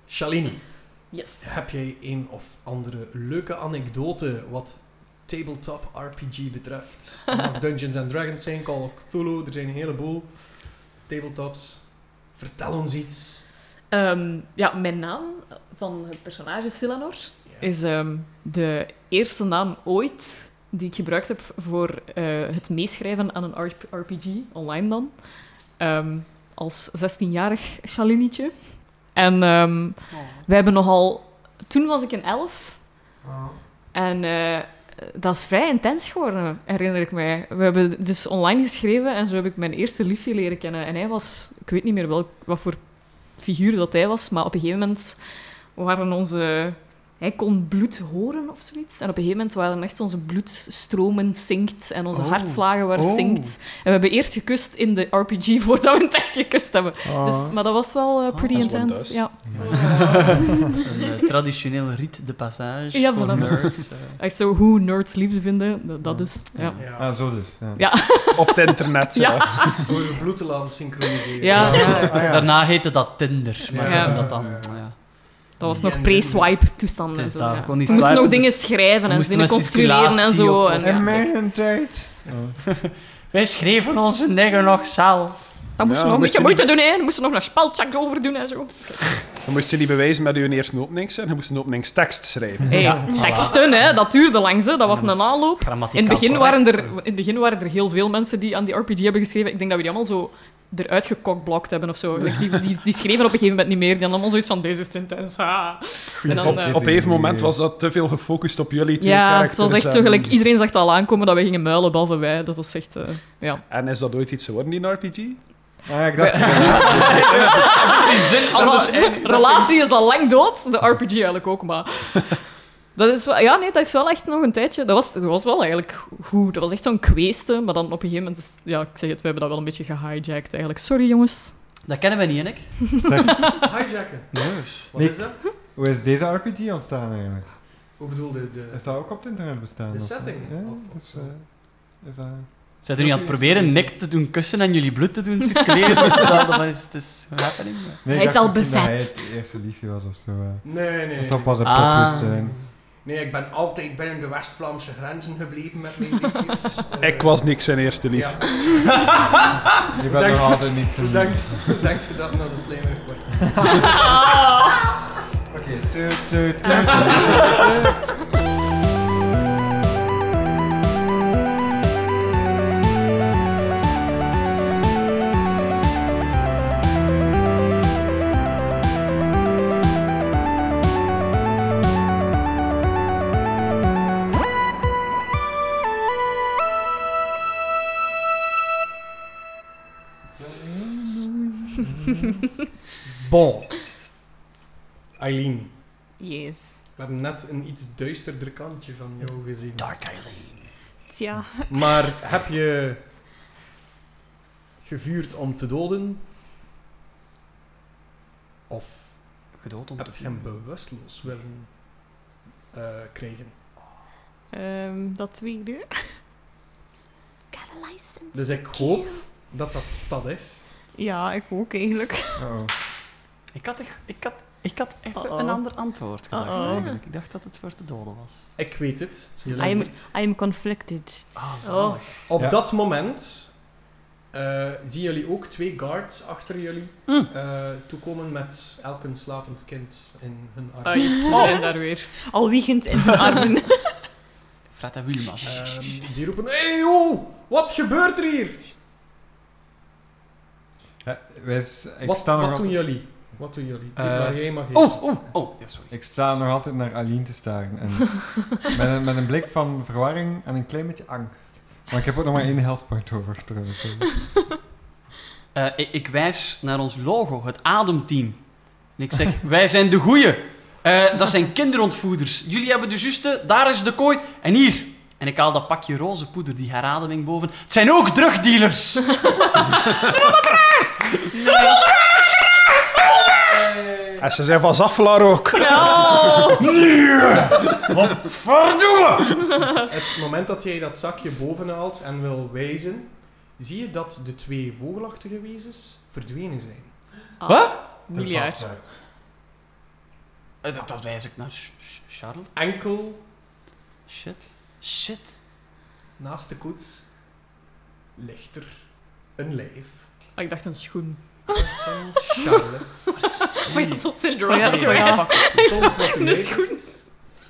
Shalini, Yes. heb jij een of andere leuke anekdote wat tabletop RPG betreft? Het mag Dungeons and Dragons zijn, Call of Cthulhu, er zijn een heleboel tabletops. Vertel ons iets. Mijn naam van het personage Silanor Ja. is de eerste naam ooit die ik gebruikt heb voor het meeschrijven aan een RPG, online dan. Als 16-jarig Shalinietje. En wij hebben nogal... Toen was ik een 11. En dat is vrij intens geworden, herinner ik mij. We hebben dus online geschreven en zo heb ik mijn eerste liefje leren kennen. En hij was... Ik weet niet meer wat voor figuur dat hij was, maar op een gegeven moment waren onze... Hij kon bloed horen of zoiets. En op een gegeven moment waren echt onze bloedstromen zinkt en onze hartslagen waren zinkt. En we hebben eerst gekust in de RPG voordat we het echt gekust hebben. Dus, maar dat was wel pretty intense. Ja. Een traditioneel rite de passage Ja, voor voilà. nerds. Echt zo hoe nerds liefde vinden, dat dus. Ja. Ah, zo dus. Ja. Ja. Op het internet. Zo. Ja. Door je bloed te laten synchroniseren. Ja. Daarna heette dat Tinder. Maar Ja. ze hebben dat dan... Ja. Dat was nog pre-swipe-toestanden. Het en is zo, dat, ja. gewoon niet We moesten swipen, nog dingen dus schrijven we en moesten dingen met construeren en circulatie zo. op En, ons- In mijn tijd. Wij schreven onze dingen nog zelf. dan moest je nog een beetje moeite doen, hè. Dan moest je nog een spelcheck over doen en zo. Dan moest je niet bewijzen met je eerste openingszin. Je moest een openingstekst schrijven. Hey, teksten, hè, dat duurde lang, hè. Dat was een aanloop. In het begin waren er heel veel mensen die aan die RPG hebben geschreven. Ik denk dat we die allemaal zo eruit gekokblokt hebben of zo. Die schreven op een gegeven moment niet meer. Die hadden allemaal zoiets van, deze is te intens. En dan, Op een gegeven moment was dat te veel gefocust op jullie twee ja, het karakters. was echt zo gelijk... Iedereen zag het al aankomen dat we gingen muilen, behalve wij. Dat was echt... ja. En is dat ooit iets geworden, die RPG? Ah, ik dacht... Die zin anders Relatie is al lang dood. De RPG eigenlijk ook, maar... Dat is wel, ja, nee, dat is wel echt nog een tijdje... Dat was wel eigenlijk goed. Dat was echt zo'n kweeste, maar dan op een gegeven moment... Is, ja, ik zeg het, we hebben dat wel een beetje gehijacked eigenlijk. Sorry, jongens. Dat kennen we niet, hè, Nick? Hijacken. Wat Nick. is dat? Hoe is deze RPG ontstaan eigenlijk? Hoe bedoelde Is dat ook op het internet bestaan? de of- setting? Ja, Of is, zo? is dat... Zijn er nu aan het proberen Nick te doen kussen en jullie bloed te doen circuleren? Dat is happening. Nee, ik Hij is dacht al misschien dat bezet. hij het eerste liefje was of zo. Nee. Dat zou pas een Ah. plot twist zijn. Nee, ik ben altijd binnen de West-Vlaamse grenzen gebleven met mijn liefjes. Ik was niks zijn eerste lief. Ja. Je bent nog altijd niet zo lief. Hoe denkt je dat als een slijmerig wordt? Oké, tuut. Bon. Eileen, Yes. we hebben net een iets duisterder kantje van jou gezien. Dark Eileen. Tja. Maar heb je gevuurd om te doden? Of Gedood om heb je hem bewusteloos willen krijgen? Dat tweede. Got a license. Dus ik hoop dat dat is. Ja, ik ook eigenlijk. Oh. Ik had echt Uh-oh. een ander antwoord gedacht, Uh-oh. eigenlijk. Ik dacht dat het voor te doden was. Ik weet het. Je I luistert. am conflicted. Ah, zalig. Op Ja. dat moment zien jullie ook twee guards achter jullie toekomen met elk een slapend kind in hun armen. Ze zijn daar weer. Al wiegend in hun armen. Fred en Wilma. Die roepen, hey joh, wat gebeurt er hier? Ja, ik Wat sta nog doen altijd, jullie? Wat doen jullie? Eh, Jij mag eerst. Oh, ja, sorry. ik sta nog altijd naar Aline te staren. En met een blik van verwarring en een klein beetje angst. Maar ik heb ook nog maar 1 health point over trouwens. Ik wijs naar ons logo, het Ademteam. En ik zeg, wij zijn de goeie. Dat zijn kinderontvoerders. Jullie hebben de juiste, daar is de kooi. En hier. En ik haal dat pakje roze poeder, die herademing boven. Het zijn ook drugdealers. En ze zijn van Zaffelaar ook. Verdomme! Het moment dat jij dat zakje bovenhaalt en wil wijzen, zie je dat de 2 vogelachtige wezens verdwenen zijn. Wat? Miljard. Dat wijs ik naar Charles. Enkel Shit. naast de koets ligt er een lijf Ah, ik dacht een schoen. van Charles. Oh ja, zo Cinderella. Nee, Oh ja. fuck it. Toon wat uw Een lijf schoen. is.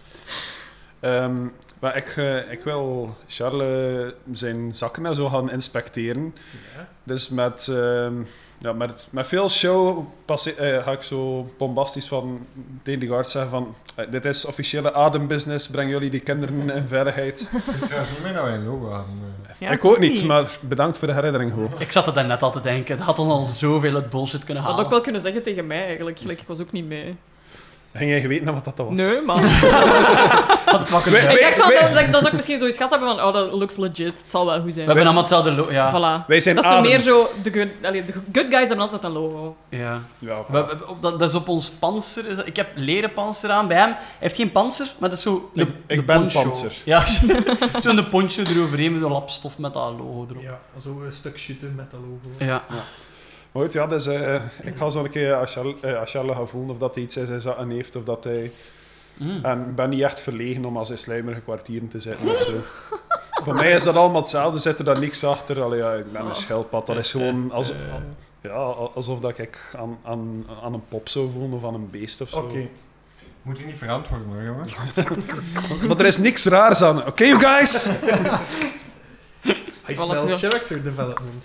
Maar ik wil Charles zijn zakken en zo gaan inspecteren. Ja. Dus met veel show ga ik zo bombastisch tegen de guard zeggen van dit is officiële adembusiness, breng jullie die kinderen in veiligheid. Het is trouwens niet meer dat wij een logo hadden. Ja, ik ook niet, maar bedankt voor de herinnering. Ho. Ik zat er daarnet al te denken. Dat had ons al zoveel uit bullshit kunnen Dat had halen. ook wel kunnen zeggen tegen mij eigenlijk. Gelijk, ik was ook niet mee. Ging jij geweten wat dat was? Nee, maar... Had het wel kunnen Wij- zijn. Ik dacht wel dat ik misschien zoiets gehad hebben van, oh, dat looks legit. Het zal wel goed zijn. We hebben allemaal hetzelfde ja. Voilà. Wij zijn Dat is er adem. meer zo... De good guys hebben altijd een logo. Ja. Ja, Dat is op ons panzer. Ik heb leren panzer aan bij hem. Hij heeft geen panzer, maar dat is zo... Ik ben poncho. panzer. Ja, zo'n de poncho eroverheen met zo'n lapstof met dat logo erop. Ja, zo een stuk shooten met dat logo. Ja. Maar goed, ja, dus ik ga zo een keer als Charles gaan voelen of dat hij iets in zijn zakken heeft of dat hij... En ik ben niet echt verlegen om als hij slijmerige kwartieren te zitten of zo. Voor mij is dat allemaal hetzelfde, zit er dan niks achter. Allee, ja, ik ben een schildpad, dat is gewoon alsof dat ik aan een pop zou voelen of aan een beest of zo. Oké. Moet je niet verantwoorden hoor, jongens. Maar er is niks raars aan. Oké, you guys? I Voilà, smell ja. character development.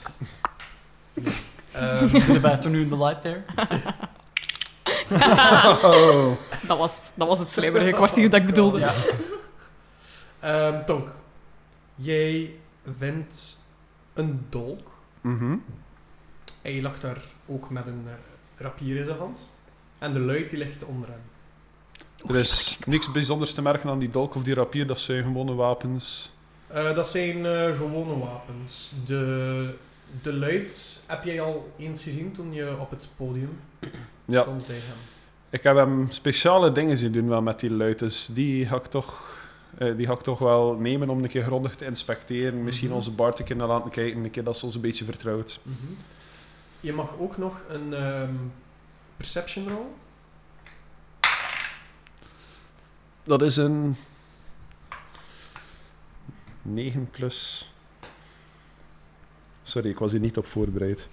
The afternoon, the light there. Dat was het slijmerige kwartier dat ik bedoelde. Ja. Tonk, jij vindt een dolk Mhm. en je lag daar ook met een rapier in zijn hand. En de luid die ligt onder hem. Er is niks bijzonders te merken aan die dolk of die rapier, dat zijn gewone wapens. Dat zijn gewone wapens. De luid heb jij al eens gezien toen je op het podium Ja. stond bij hem. Ik heb hem speciale dingen zien doen wel met die luid, dus die ga ik toch wel nemen om een keer grondig te inspecteren. Misschien onze Bart een keer naar laten kijken, een keer dat ze ons een beetje vertrouwt. Mhm. Je mag ook nog een perception roll. Dat is een 9 plus... Sorry, ik was hier niet op voorbereid.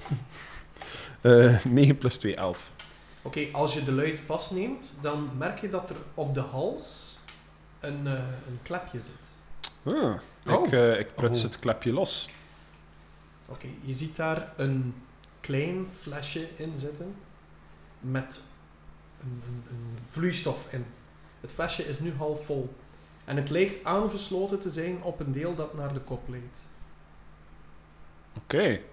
9 plus 2, 11. Oké, als je de luid vastneemt, dan merk je dat er op de hals een klepje zit. Ik pruts het klepje los. Oké, je ziet daar een klein flesje in zitten met een vloeistof in. Het flesje is nu half vol. En het lijkt aangesloten te zijn op een deel dat naar de kop leidt. Oké.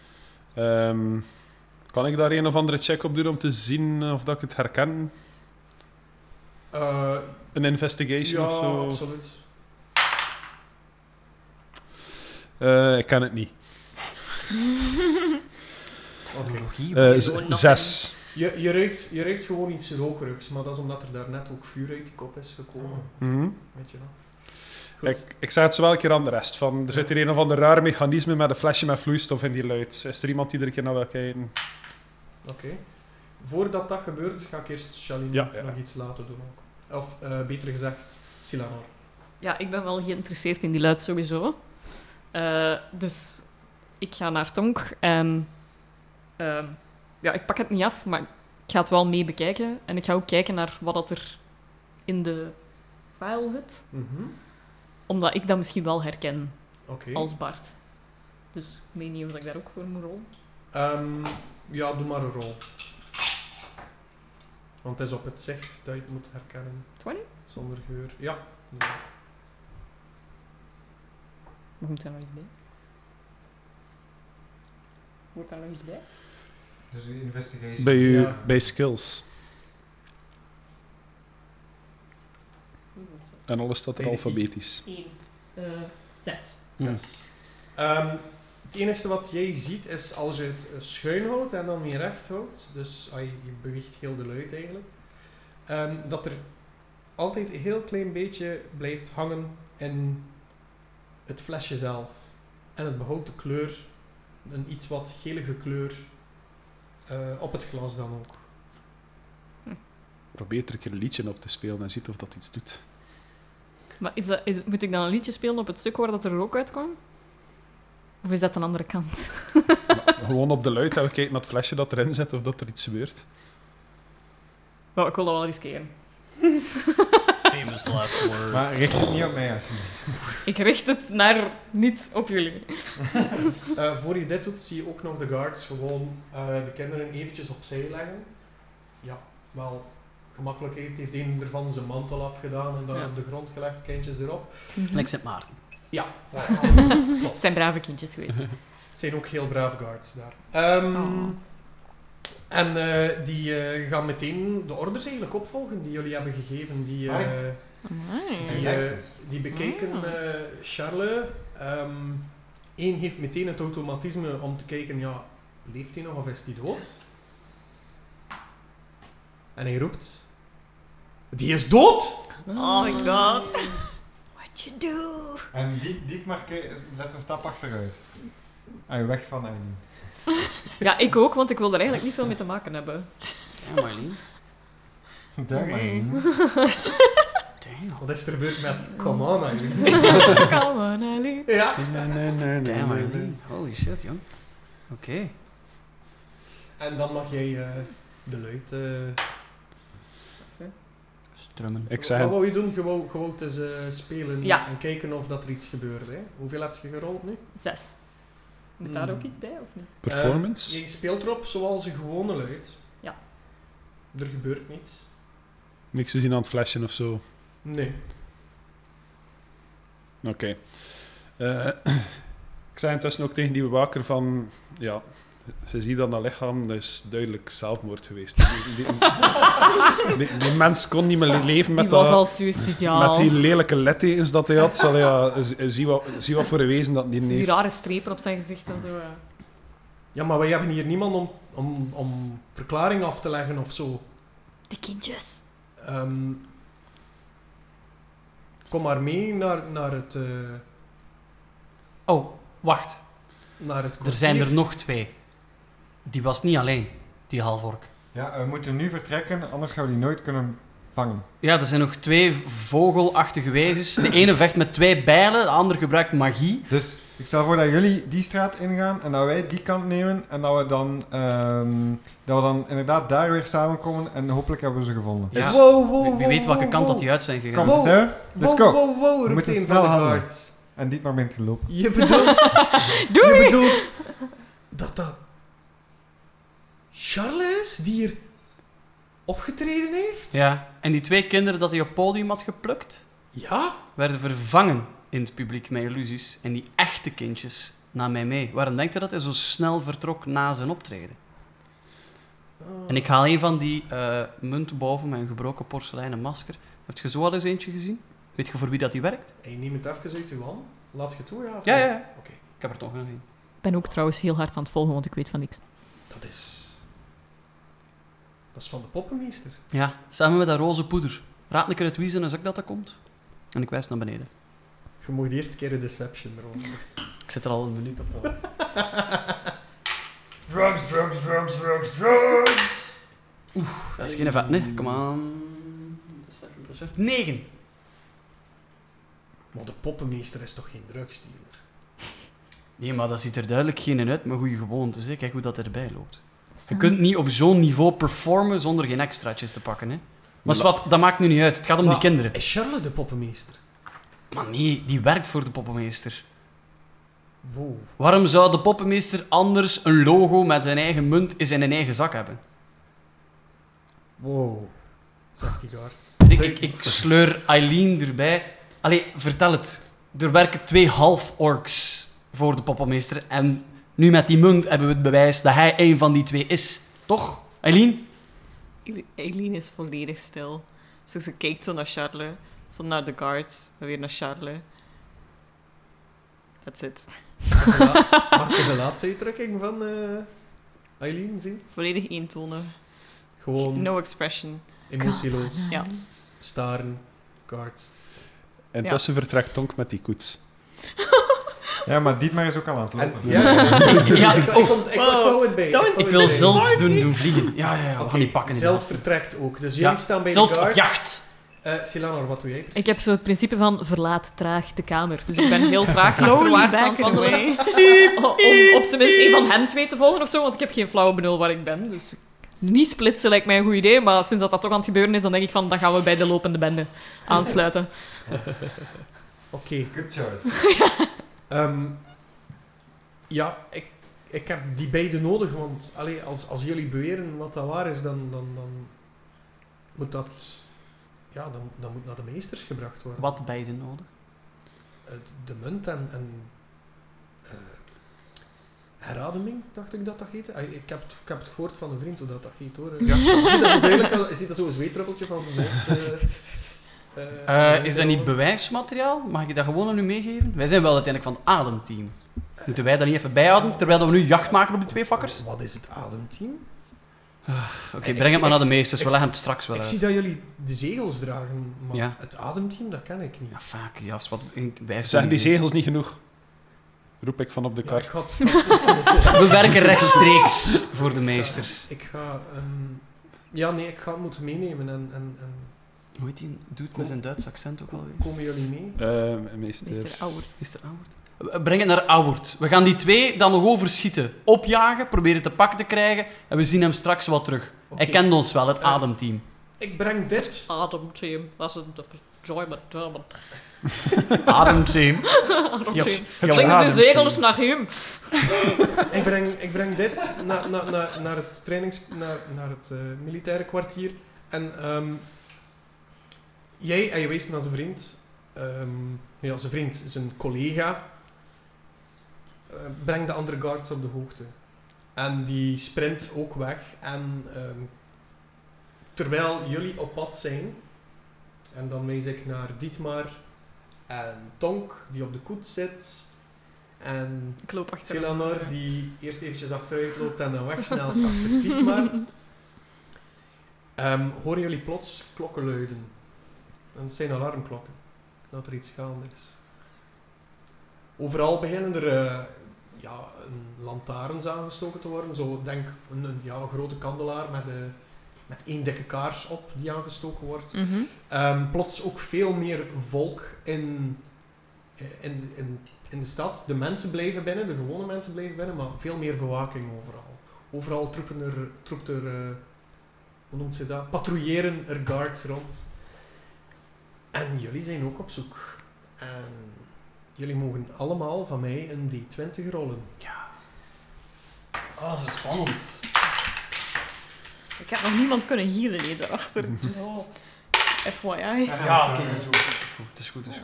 Kan ik daar een of andere check op doen om te zien of dat ik het herken? Een investigation Ja, of zo? absoluut. Ik ken het niet. Oké. 6. Je ruikt gewoon iets rokerigs, maar dat is omdat er daar net ook vuur uit die kop is gekomen. Weet je wel. Goed. Ik zei het zo wel een keer aan de rest. Van, er zit hier een of ander raar mechanisme met een flesje met vloeistof in die luid. Is er iemand die er een keer naar wil kijken? Oké. Voordat dat gebeurt, ga ik eerst Shaline Ja. nog iets laten doen ook. Of beter gezegd, Silanor. Ja, ik ben wel geïnteresseerd in die luid sowieso. Dus ik ga naar Tonk en... ik pak het niet af, maar ik ga het wel mee bekijken. En ik ga ook kijken naar wat dat er in de file zit. Omdat ik dat misschien wel herken Oké. als Bart. Dus ik weet niet of ik daar ook voor moet rollen. Ja, doe maar een rol. Want het is op het zicht dat je het moet herkennen. 20? Zonder geur. Ja. Moet daar nog iets bij? Wordt daar nog iets bij? Dus die investigation. Ja. Bij skills. En alles staat er Bij de alfabetisch. 1. 6. 6. Het enige wat jij ziet is als je het schuin houdt en dan weer recht houdt, dus je beweegt heel de luid eigenlijk, dat er altijd een heel klein beetje blijft hangen in het flesje zelf. En het behoudt de kleur, een iets wat gelige kleur, op het glas dan ook. probeert er een keer een liedje op te spelen en ziet of dat iets doet. Maar moet ik dan een liedje spelen op het stuk waar dat er rook uitkwam? Of is dat een andere kant? Maar gewoon op de luid en we kijken naar het flesje dat erin zit of dat er iets gebeurt. Wel, ik wil dat wel riskeren. Famous last words. Maar richt het niet op mij, alsjeblieft. Ik richt het niet op jullie. Voor je dit doet, zie je ook nog de guards gewoon de kinderen eventjes opzij leggen. Ja, wel gemakkelijkheid heeft een ervan zijn mantel afgedaan en daar Ja. op de grond gelegd, kindjes erop. Like Sint Maarten. Ja, voilà. Het Klopt. zijn brave kindjes geweest. Het zijn ook heel brave guards daar. Oh. En die gaan meteen de orders eigenlijk opvolgen die jullie hebben gegeven. Die, Amai. die bekijken Charles. Eén heeft meteen het automatisme om te kijken, ja, leeft hij nog of is hij dood? En hij roept, die is dood! Oh my god. What you do? En Dietmar zet een stap achteruit. En weg van hem. Ja, ik ook, want ik wil er eigenlijk niet veel mee te maken hebben. Damn, Eileen. Daar maar in. Damn. Wat is er gebeurd met Come on, Eileen? Come on, Ali. Ja. Damn, Eileen. Holy shit, jong. Oké. En dan mag jij de luid... Strummen. Ik zeg Wat wou je doen? Gewoon te spelen Ja. en kijken of dat er iets gebeurt. Hè? Hoeveel heb je gerold nu? 6. Moet daar ook iets bij, of niet? performance. Je speelt erop zoals een gewone luid. Ja. Er gebeurt niets. Niks te zien aan het flesje of zo. Nee. Oké. Ik zei intussen ook tegen die bewaker van... Ja, ze ziet dat lichaam, dat is duidelijk zelfmoord geweest. Die mens kon niet meer leven met, Die was dat, al suicidaal. met die lelijke littekens dat hij had. Zal, ja, zie wat voor een wezen dat die Die heeft. rare strepen op zijn gezicht en zo. Ja, maar wij hebben hier niemand om verklaring af te leggen of zo. De kindjes. Kom maar mee naar het... Oh, wacht. naar het Er kwartier. zijn er nog 2. Die was niet alleen, die halvork. Ja, we moeten nu vertrekken, anders gaan we die nooit kunnen vangen. Ja, er zijn nog 2 vogelachtige wezens. De ene vecht met 2 bijlen, de andere gebruikt magie. Dus ik stel voor dat jullie die straat ingaan en dat wij die kant nemen en dat we dan inderdaad daar weer samenkomen en hopelijk hebben we ze gevonden. Ja. Wie weet welke kant dat die uit zijn gegaan. Kom, zijn we? Let's go! Wow, roept moeten een snel van de handelen. guards. En Dietmar bent gelopen. Je bedoelt... Doei! Je bedoelt... dat Charles is die hier opgetreden heeft? Ja, en die 2 kinderen dat hij op het podium had geplukt, Ja? werden vervangen in het publiek met illusies. En die echte kindjes na mij mee. Waarom denkt je dat hij zo snel vertrok na zijn optreden? En ik haal een van die munten boven met een gebroken porseleinen masker. Heb je zo al eens eentje gezien? Weet je voor wie dat die werkt? Hey, neem het even uit uw hand. Laat je het toe, ja? Of Ja, niet? ja, ja. Oké, Ik heb er toch aan gezien. Ik ben ook trouwens heel hard aan het volgen, want ik weet van niks. dat is... Dat is van de poppenmeester. Ja, samen met dat roze poeder. Raad een keer het wiezen als ik dat komt. En ik wijs naar beneden. Je moet de eerste keer een deception erover. Ik zit er al een minuut op te Drugs. Dat is geen vet, nee. Kom aan. 9. Maar de poppenmeester is toch geen drugsdealer? Nee, maar dat ziet er duidelijk geen uit met goede gewoontes. Hè. Kijk hoe dat erbij loopt. Je kunt niet op zo'n niveau performen zonder geen extraatjes te pakken. Hè. Maar wat, dat maakt nu niet uit. Het gaat om Maar die kinderen. Is Charles de poppenmeester? Maar nee, die werkt voor de poppenmeester. Wow. Waarom zou de poppenmeester anders een logo met zijn eigen munt in zijn eigen zak hebben? Wow. Zegt die guard. Ik sleur Eileen erbij. Allee, vertel het. Er werken 2 half-orks voor de poppenmeester. En nu met die munt hebben we het bewijs dat hij een van die 2 is. Toch, Eileen? Eileen is volledig stil. Dus ze kijkt zo naar Charles, zo naar de guards, en weer naar Charles. That's it. Mag ik de gelaatsuitdrukking van Eileen zien? Volledig eentonig. Gewoon No expression. emotieloos. Ja. Staren. Guard. Intussen vertrekt Tonk met die koets. Ja, maar Dietmar is ook al aan het En, lopen. Ja, ik wou het bij. Ik wil Zult doen vliegen. Ja, we gaan die pakken. Zeld vertrekt ook. Dus jullie staan bij Zult de op guard. jacht. Silanor, wat doe jij precies? Ik heb zo het principe van verlaat traag de kamer. Dus ik ben heel traag Slowly achterwaarts aan het back wandelen. away. Om op zijn minst een van hen twee te volgen of zo, want ik heb geen flauwe benul waar ik ben. Dus niet splitsen lijkt mij een goed idee, maar sinds dat toch aan het gebeuren is, dan denk ik van, dan gaan we bij de lopende bende aansluiten. Oké. Good choice. Ja, ik heb die beide nodig, want als jullie beweren wat dat waar is, dan moet dat... Ja, dan moet naar de meesters gebracht worden. Wat beide nodig? De munt en herademing, dacht ik dat heette. Ik heb het gehoord van een vriend hoe dat heet, hoor. Ja. Ziet dat zo duidelijk? Ziet dat zo'n zweetdruppeltje van zijn hoofd? Is dat niet bewijsmateriaal? Mag ik dat gewoon aan u meegeven? Wij zijn wel uiteindelijk van het ademteam. Moeten wij dat niet even bijhouden, terwijl we nu jacht maken op die twee fakkers? Wat is het ademteam? Oké, breng het maar naar de meesters, we leggen het straks wel Ik uit. zie dat jullie de zegels dragen, maar Ja. het ademteam, dat ken ik niet. Ja, vaak, jas, wat wij Zijn die zegels niet genoeg? Roep ik van op de Ja, kar. We werken rechtstreeks voor de meesters. Ik ga het moeten meenemen en Hoe heet die doet met zijn Duits accent ook alweer? komen jullie mee? Meester. Meester Auwert. Is er Auwert? Breng het naar Auwert. We gaan die twee dan nog overschieten. Opjagen, proberen te pakken te krijgen en we zien hem straks wel terug. Oké. Hij kent ons wel, het ademteam. Ik breng dit. Ademteam, dat is een enjoyment. Ademteam. Ademteam. Ja, Brengen ze ademteam. zegels naar hem. Ik breng dit naar het naar het militaire kwartier. En jij wees naar zijn vriend. Zijn vriend, zijn collega. Breng de andere guards op de hoogte. En die sprint ook weg. En terwijl jullie op pad zijn, en dan wijs ik naar Dietmar en Tonk, die op de koets zit, en Ik loop achter Silanor, die eerst eventjes achteruit loopt en dan wegsnelt achter Dietmar. Horen jullie plots klokken luiden. En het zijn alarmklokken. Dat er iets gaande is. Overal beginnen er lantaarns aangestoken te worden. Zo, denk een grote kandelaar met één dikke kaars op die aangestoken wordt. Plots ook veel meer volk in de stad. De mensen blijven binnen, de gewone mensen blijven binnen, maar veel meer bewaking overal. Overal troept er hoe noemt ze dat? Patrouilleren er guards rond. En jullie zijn ook op zoek. En jullie mogen allemaal van mij een D20 rollen. Oh, dat is spannend. Ik heb nog niemand kunnen healen hier daarachter. Dus FYI. Ja, oké, dat is goed. Het is goed.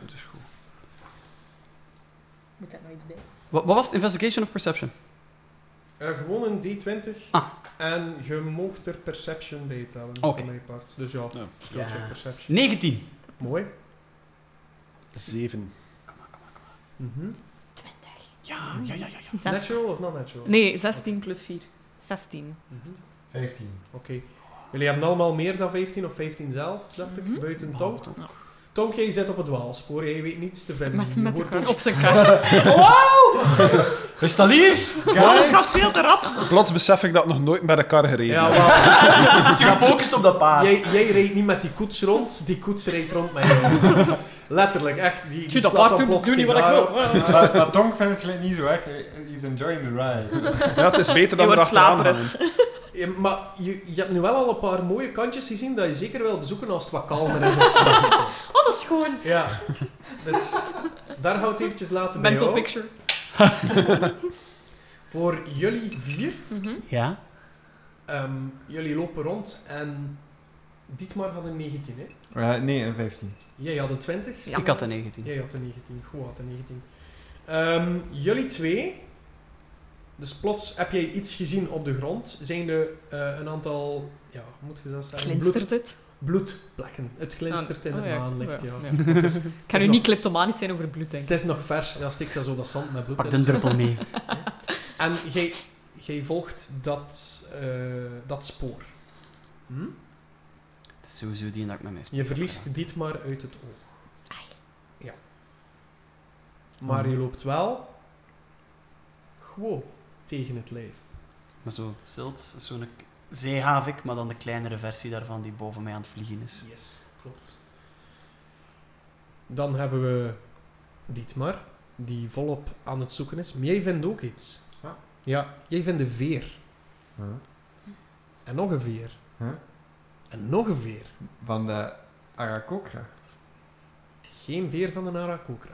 Moet daar nou iets bij? Wat was het? Investigation of Perception? Gewoon een D20. Ah. En je moogt er Perception bij tellen. Oké. Van mijn part. Dus ja, skill check Perception. 19. Mooi. 7. Mhm. Ja. Natural of non-natural? Nee, 16 plus 4. 16. 15. Oké. Jullie hebben allemaal meer dan 15 of 15 zelf, dacht ik, buiten Tonk. Tonk, jij zit op het dwaalspoor, jij weet niets te vinden. Met de Je kar. hoort Op zijn kar. Is dat hier? Alles gaat veel te rap. Plots besef ik dat ik nog nooit met een kar gereden Ja, heb. maar Je gefocust op dat paard. jij rijdt niet met die koets rond, die koets rijdt rond met jou. Letterlijk, echt. Die Tjie, dat slaat paard dan doet plots niet wat ik geen wil. haar af. Maar Tonk vindt het gelijk niet zo erg. He's enjoying the ride. Ja, het is beter dan Je wordt erachteraan slaperig. hangen. Ja, maar je hebt nu wel al een paar mooie kantjes gezien dat je zeker wil bezoeken als het wat kalmer is in stad. Oh, dat is schoon. Ja. Dus daar houdt het eventjes laten bij Mental jou. picture. Voor jullie 4, Ja. jullie lopen rond en Dietmar had een 19, hè? Nee, een 15. Jij had een 20. Ik had een 19. Jij had een 19. Goed, had een 19. Jullie 2. Dus plots heb jij iets gezien op de grond. Zijn er een aantal, hoe moet je dat zeggen? Glinstert het? Bloedplekken. Het glinstert in het maanlicht, ja. Ik ga nu niet kleptomanisch zijn over bloed, denk ik. Het is nog vers. Ja, stikt dat zo dat zand met bloed Pak in. een druppel mee. En jij volgt dat spoor. Het is sowieso die dat ik met mij speel. Je verliest Dietmar uit het oog. Ja. Maar je loopt wel gewoon tegen het lijf. Maar zo, Silt is zo'n zeehavik, maar dan de kleinere versie daarvan die boven mij aan het vliegen is. Yes, klopt. Dan hebben we Dietmar, die volop aan het zoeken is. Maar jij vindt ook iets. Ja. Ja, jij vindt een veer. Huh? En nog een veer. Huh? En nog een veer. Van de Arakokra. Geen veer van de Arakokra.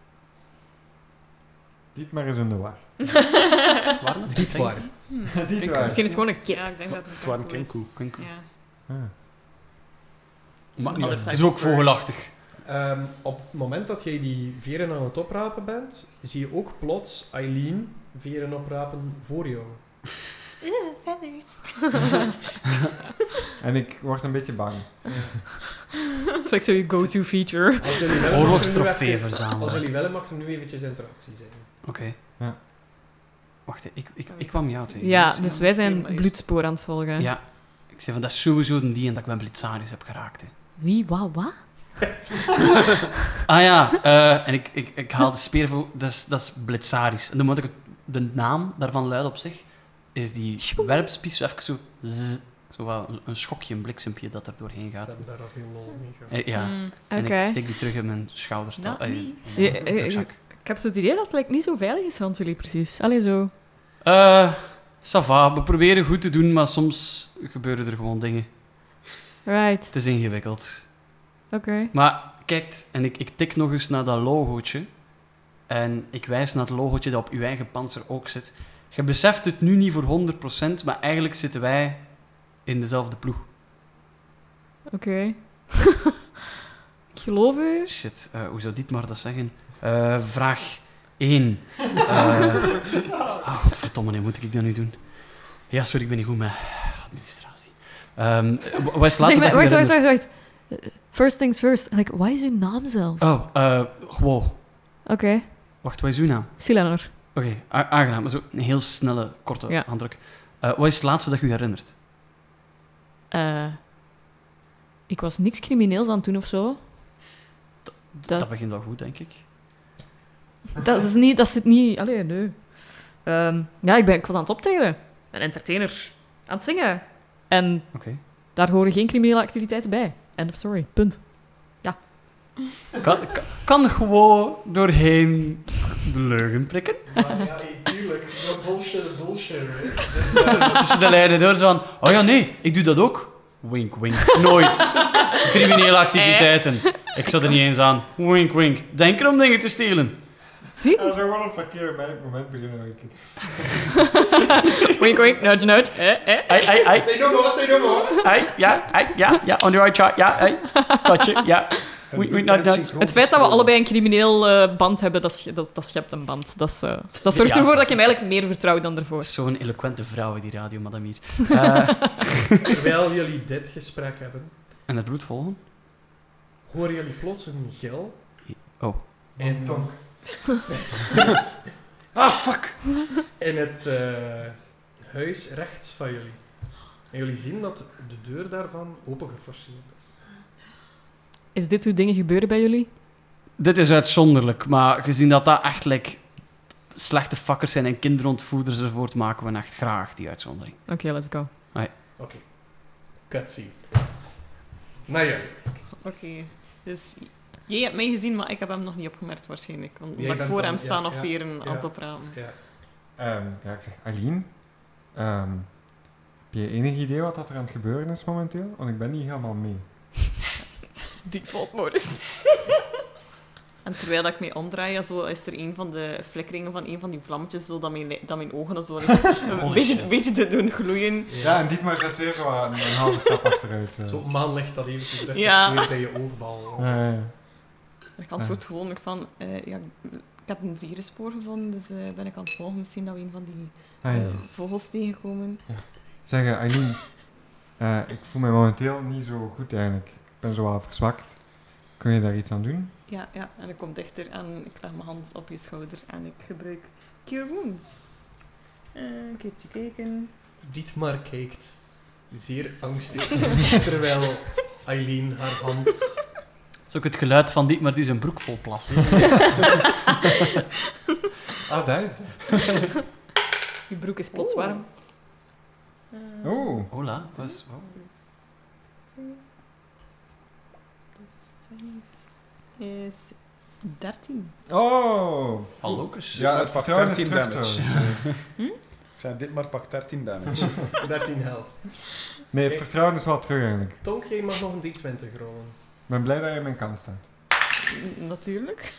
Dietmar is in de war. Waarom is het Dietmar. Dietmar. Misschien is het gewoon een kip. Ja, ik denk dat het Het waren Kenku is. Kenku. Ja. Ah. Maar Andere het is type ook of vogelachtig. Op het moment dat jij die veren aan het oprapen bent, zie je ook plots Eileen veren oprapen voor jou. Feathers. En ik word een beetje bang. Dat is like zo je go-to feature. Als jullie willen, Oorlogstrofee als verzamelen. jullie willen, mag er nu eventjes interactie zijn. Oké. Ja. Wacht, ik kwam jou tegen. Ja, Dus dus wij zijn maar bloedspoor aan het volgen. Ja. Ik zei van, dat is sowieso die en dat ik met Blitzarius heb geraakt. Hè. Wie? Wauw, wat? Ah ja, en ik haal de speer, dat is Blitzarius. En dan moet ik de naam daarvan luid op zich, is die werpspies zo even zo... zzz, zo wat een schokje, een bliksempje dat er doorheen Ze gaat. hebben daar al veel lol mee gehad. Ja, en Oké. ik steek die terug in mijn schouder. Not me. In Ja, mijn rugzak. Ik heb zo het idee dat het like, niet zo veilig is rond jullie, precies. Allee, zo. Ça va, we proberen goed te doen, maar soms gebeuren er gewoon dingen. Right, Het is ingewikkeld. oké. Maar kijk, en ik tik nog eens naar dat logootje. En ik wijs naar het logootje dat op uw eigen panzer ook zit. Je beseft het nu niet voor 100%, maar eigenlijk zitten wij in dezelfde ploeg. Oké. Ik geloof u. Shit, hoe zou Dietmar dat zeggen? Vraag 1. Godverdomme, nee, moet ik dat nu doen? Ja, sorry, ik ben niet goed met administratie. Wat is het laatste dat je me herinnert? Wacht. First things first. Like, wat is uw naam zelfs? Oh, gewoon. Oké. Wacht, wat is uw naam? Silanor. Oké, aangenaam. Zo een heel snelle, korte Ja. handdruk. Wat is het laatste dat je herinnert? Ik was niks crimineels aan het doen of zo. Dat- Dat begint al goed, denk ik. Dat zit niet... Allee, nee. Ja, ik was aan het optreden. Een entertainer. Aan het zingen. En Oké. daar horen geen criminele activiteiten bij. End of story. Punt. Kan gewoon doorheen de leugen prikken. Maar ja, tuurlijk. Bullshit. Tussen de lijnen door, zo van... Oh ja, nee, ik doe dat ook. Wink, wink. Nooit. Criminele activiteiten. Ik zat er niet eens aan. Wink, wink. Denk om dingen te stelen. Zie? Dat is gewoon op verkeerde moment beginnen. Wink, wink. Nudge, nudge. Ai. Say no more. Ai, ja. On the right track, ja. Ai. Gotcha, ja. Het feit dat we allebei een crimineel band hebben, dat schept een band. Dat zorgt ervoor dat ik hem eigenlijk meer vertrouw dan ervoor. Zo'n eloquente vrouw, die radio, madame hier. Terwijl jullie dit gesprek hebben, En het bloed volgen? horen jullie plots een gil. Oh. In, Fuck! in het huis rechts van jullie. En jullie zien dat de deur daarvan open geforceerd is. Is dit hoe dingen gebeuren bij jullie? Dit is uitzonderlijk, maar gezien dat dat echt like, slechte fuckers zijn en kinderontvoerders enzovoort, maken we echt graag die uitzondering. Oké, let's go. Oké. Cutscene. Nou ja, Oké, dus jij hebt mij gezien, maar ik heb hem nog niet opgemerkt waarschijnlijk. Jij Omdat ik bent voor dan- hem sta ja, nog ja, weer aan ja. het oprapen. ja. Ja, ik zeg, Aileen, heb je enig idee wat dat er aan het gebeuren is momenteel? Want ik ben niet helemaal mee. Default modus. En terwijl dat ik mij omdraai, ja, zo, is er een van de flikkeringen van een van die vlammetjes, zo dat mijn ogen zo een beetje te doen gloeien. Ja, en Dietmar zet weer zo een halve stap achteruit. Zo'n maan legt dat eventjes reflecteerd Ja. bij je oogbal. Ja. Ik antwoord gewoon van, ja, ik heb een viruspoor gevonden, dus ben ik aan het volgen. Misschien dat we een van die vogels tegenkomen. Zeg, Aileen, ik voel me momenteel niet zo goed eigenlijk. Ik ben zo wel verzwakt. Kun je daar iets aan doen? Ja, en ik kom dichter en ik leg mijn hand op je schouder en ik gebruik Cure Wounds. Een keertje kijken. Dietmar kijkt zeer angstig, terwijl Eileen haar hand... Dat is ook het geluid van Dietmar die zijn broek vol plast. Ah, dat is het. Je broek is plots warm. Oeh. Hola. Dat is... Is 13. Oh. Hallokus. Ja, het pak vertrouwen is 13 terug damage. trouwens. Ik zei, dit maar pak 13 damage. 13 health. Nee, het vertrouwen is wel terug eigenlijk. Tonk, jij mag nog een D20 rollen. Ik ben blij dat je in mijn kant staat. Natuurlijk.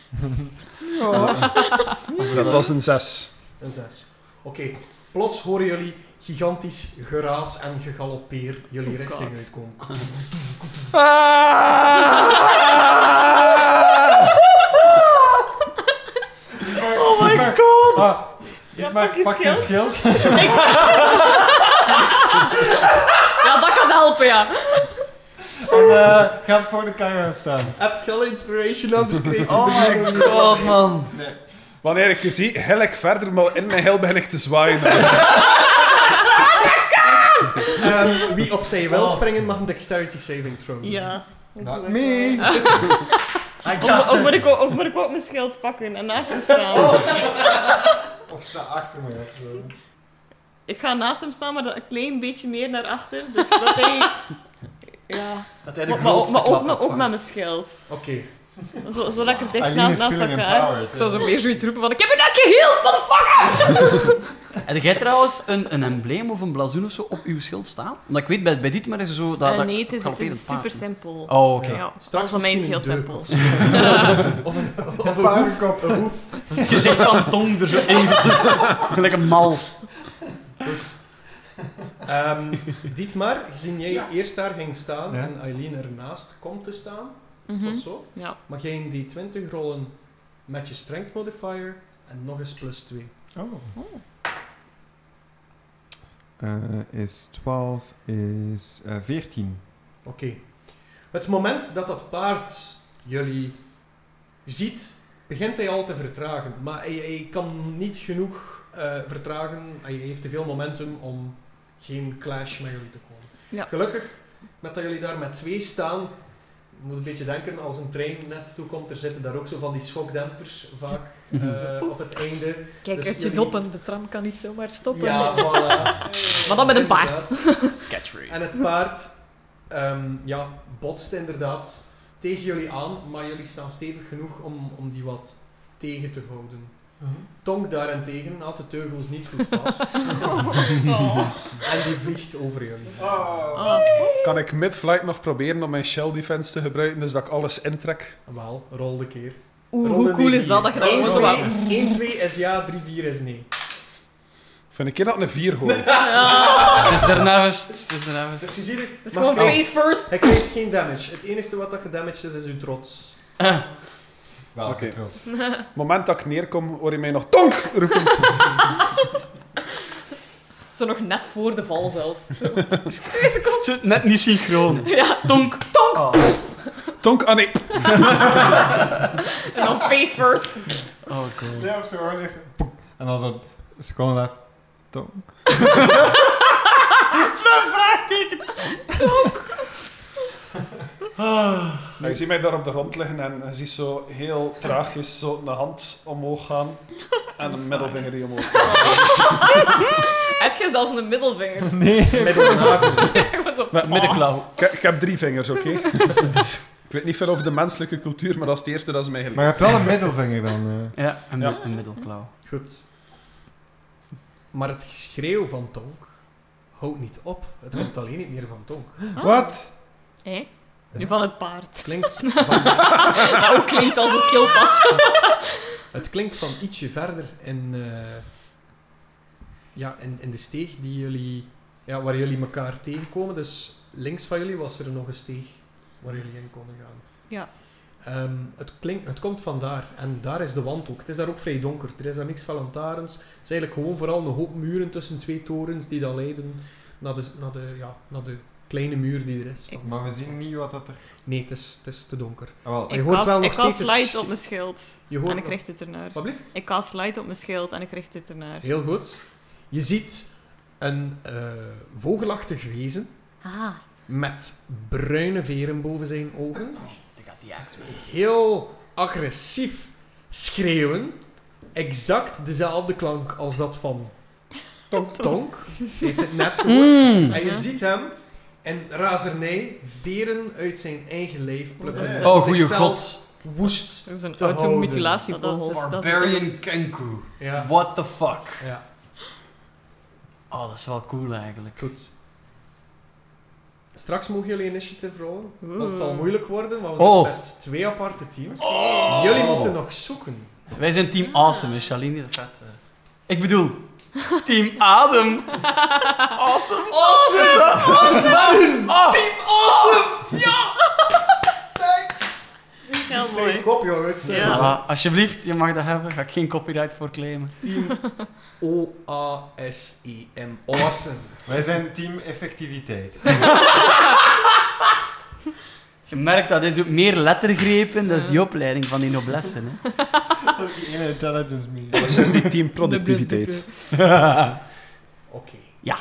Dat was een 6. Een 6. Oké, plots horen jullie gigantisch geraas en gegaloppeer jullie richting God. uitkomen. Oh my god! Ja, pak je pak je schild. Ja, dat gaat helpen, ja. En gaat voor de camera staan. Heb je al inspiration anders gekregen? Oh my god, man. Nee. Wanneer ik je zie, heel ik verder, maar in mijn heel begin ik te zwaaien. Wie opzij wil springen, mag een dexterity saving throw. Ja. Not me. Of moet ik ook mijn schild pakken en naast je staan? Of sta achter me. Zo. Ik ga naast hem staan, maar dat een klein beetje meer naar achter. Dus dat hij... Ja. Dat hij de Maar grootste klap ook opvangt. met mijn schild. Oké. Zo lekker dicht Aileen is naast feeling elkaar. empowered. Ik zou zo meer zoiets roepen van, ik heb je net geheeld, motherfucker! Heb jij trouwens een embleem of een blazoen of zo op uw schild staan? Want ik weet, bij dit maar is er zo... Dat Nee, het is galopperend paard. super simpel. Oh, oké. Ja, Straks voor mij is misschien heel een deuk simpel. Of een Paardenkop. een hoef. Het gezicht van Tong er zo in. Gelijk een mal. Goed. Dietmar, gezien jij eerst daar ging staan Ja. en Aileen ernaast komt te staan, Mhm. of zo, Ja. mag jij een D20 rollen met je strength modifier en nog eens plus 2. Oh. Is 12, is 14. Oké. Het moment dat dat paard jullie ziet, begint hij al te vertragen. Maar hij kan niet genoeg vertragen. Hij heeft te veel momentum om geen clash met jullie te komen. Ja. Gelukkig, met dat jullie daar met 2 staan, je moet een beetje denken als een trein net toekomt, er zitten daar ook zo van die schokdempers vaak op het einde. Kijk Dus uit je jullie- doppen, de tram kan niet zomaar stoppen. Ja, voilà. Maar dan met een paard. Inderdaad. Catchphrase. En het paard botst inderdaad tegen jullie aan, maar jullie staan stevig genoeg om die wat tegen te houden. Tonk daarentegen had de teugels niet goed vast. En die vliegt over jullie. Kan ik mid-flight nog proberen om mijn shell defense te gebruiken, dus dat ik alles intrek? Wel, rol de keer. Hoe cool is dat, dat je dat gewoon zo wat... 1, 2 is ja, 3, 4 is nee. Vind ik dat een 4 gooi? Het is daarnaast. Het is daarnaast. Dus je ziet het, Het is gewoon face first. hij krijgt geen damage. Het enige wat dat gedamaged is uw trots. Wel, Oké. trots. Het moment dat ik neerkom, hoor je mij nog TONK roepen. Zo nog net voor de val zelfs. Zo. 2 seconden. Zit net niet synchroon. Ja, Tonk. TONK, ah nee. en dan face first. Oh, cool. Ja, of zo hoor. En dan zo een seconde later. Tonk. En je ziet mij daar op de grond liggen en je ziet zo heel traagjes zo een hand omhoog gaan en een middelvinger die omhoog gaat. Heb je zelfs een middelvinger? Nee. Met een nagel. Gewoon zo, Met middenklauw. Ik heb 3 vingers, oké? Ik weet niet veel over de menselijke cultuur, maar dat is het eerste dat ze mij Maar geleerd. je hebt wel een middelvinger dan. Ja, Ja. een middelklauw. Goed. Maar het geschreeuw van Tonk houdt niet op. Het komt alleen niet meer van Tonk. Wat? Nu van het paard. Het klinkt dat ook klinkt als een schildpad. Het klinkt van ietsje verder in de steeg die jullie, waar jullie elkaar tegenkomen. Dus links van jullie was er nog een steeg waar jullie in konden gaan. Ja. Het komt van daar. En daar is de wand ook. Het is daar ook vrij donker. Er is daar niks van lantaarns. Het is eigenlijk gewoon vooral een hoop muren tussen 2 torens die dan leiden naar de kleine muur die er is. van de Maar we stad. zien niet wat dat er... Nee, het is te donker. Ah, wel. Je hoort wel nog Ik cast steeds het light op mijn schild. Je hoort En ik nog- richt het ernaar. Wat blieft? Ik cast light op mijn schild en ik richt het ernaar. Heel goed. Je ziet een vogelachtig wezen met bruine veren boven zijn ogen. Ik had die axe mee. Heel agressief schreeuwen. Exact dezelfde klank als dat van Tonk heeft het net gehoord. Mm. En je ziet hem in razernij veren uit zijn eigen lijf plukken. Oh, Om goeie zichzelf god. woest Dat is een te houden. automutilatievolg. Dat is- Barbarian Kenku. Ja. What the fuck? Ja, Oh, dat is wel cool eigenlijk. goed. Straks mogen jullie initiative rollen. Oeh. Dat zal moeilijk worden, want we Oh. zitten met 2 aparte teams. Jullie moeten nog zoeken. Wij zijn team Awesome, hè, Shaline? Dat gaat... Ik bedoel, team Adem. Awesome. Awesome! Oh. Team Awesome! Ja! Thanks! Heel Die mooi. schrijf ik op, jongens. Ja. Voilà, alsjeblieft, je mag dat hebben. Ga ik geen copyright voor claimen. Team O-A-S-E-M. Awesome. Wij zijn team effectiviteit. Je merkt dat is ook meer lettergrepen, dat is die opleiding van die noblessen. Hè. Dat is die ene intelligence meeting. Dat is die teamproductiviteit. Oké. Ja.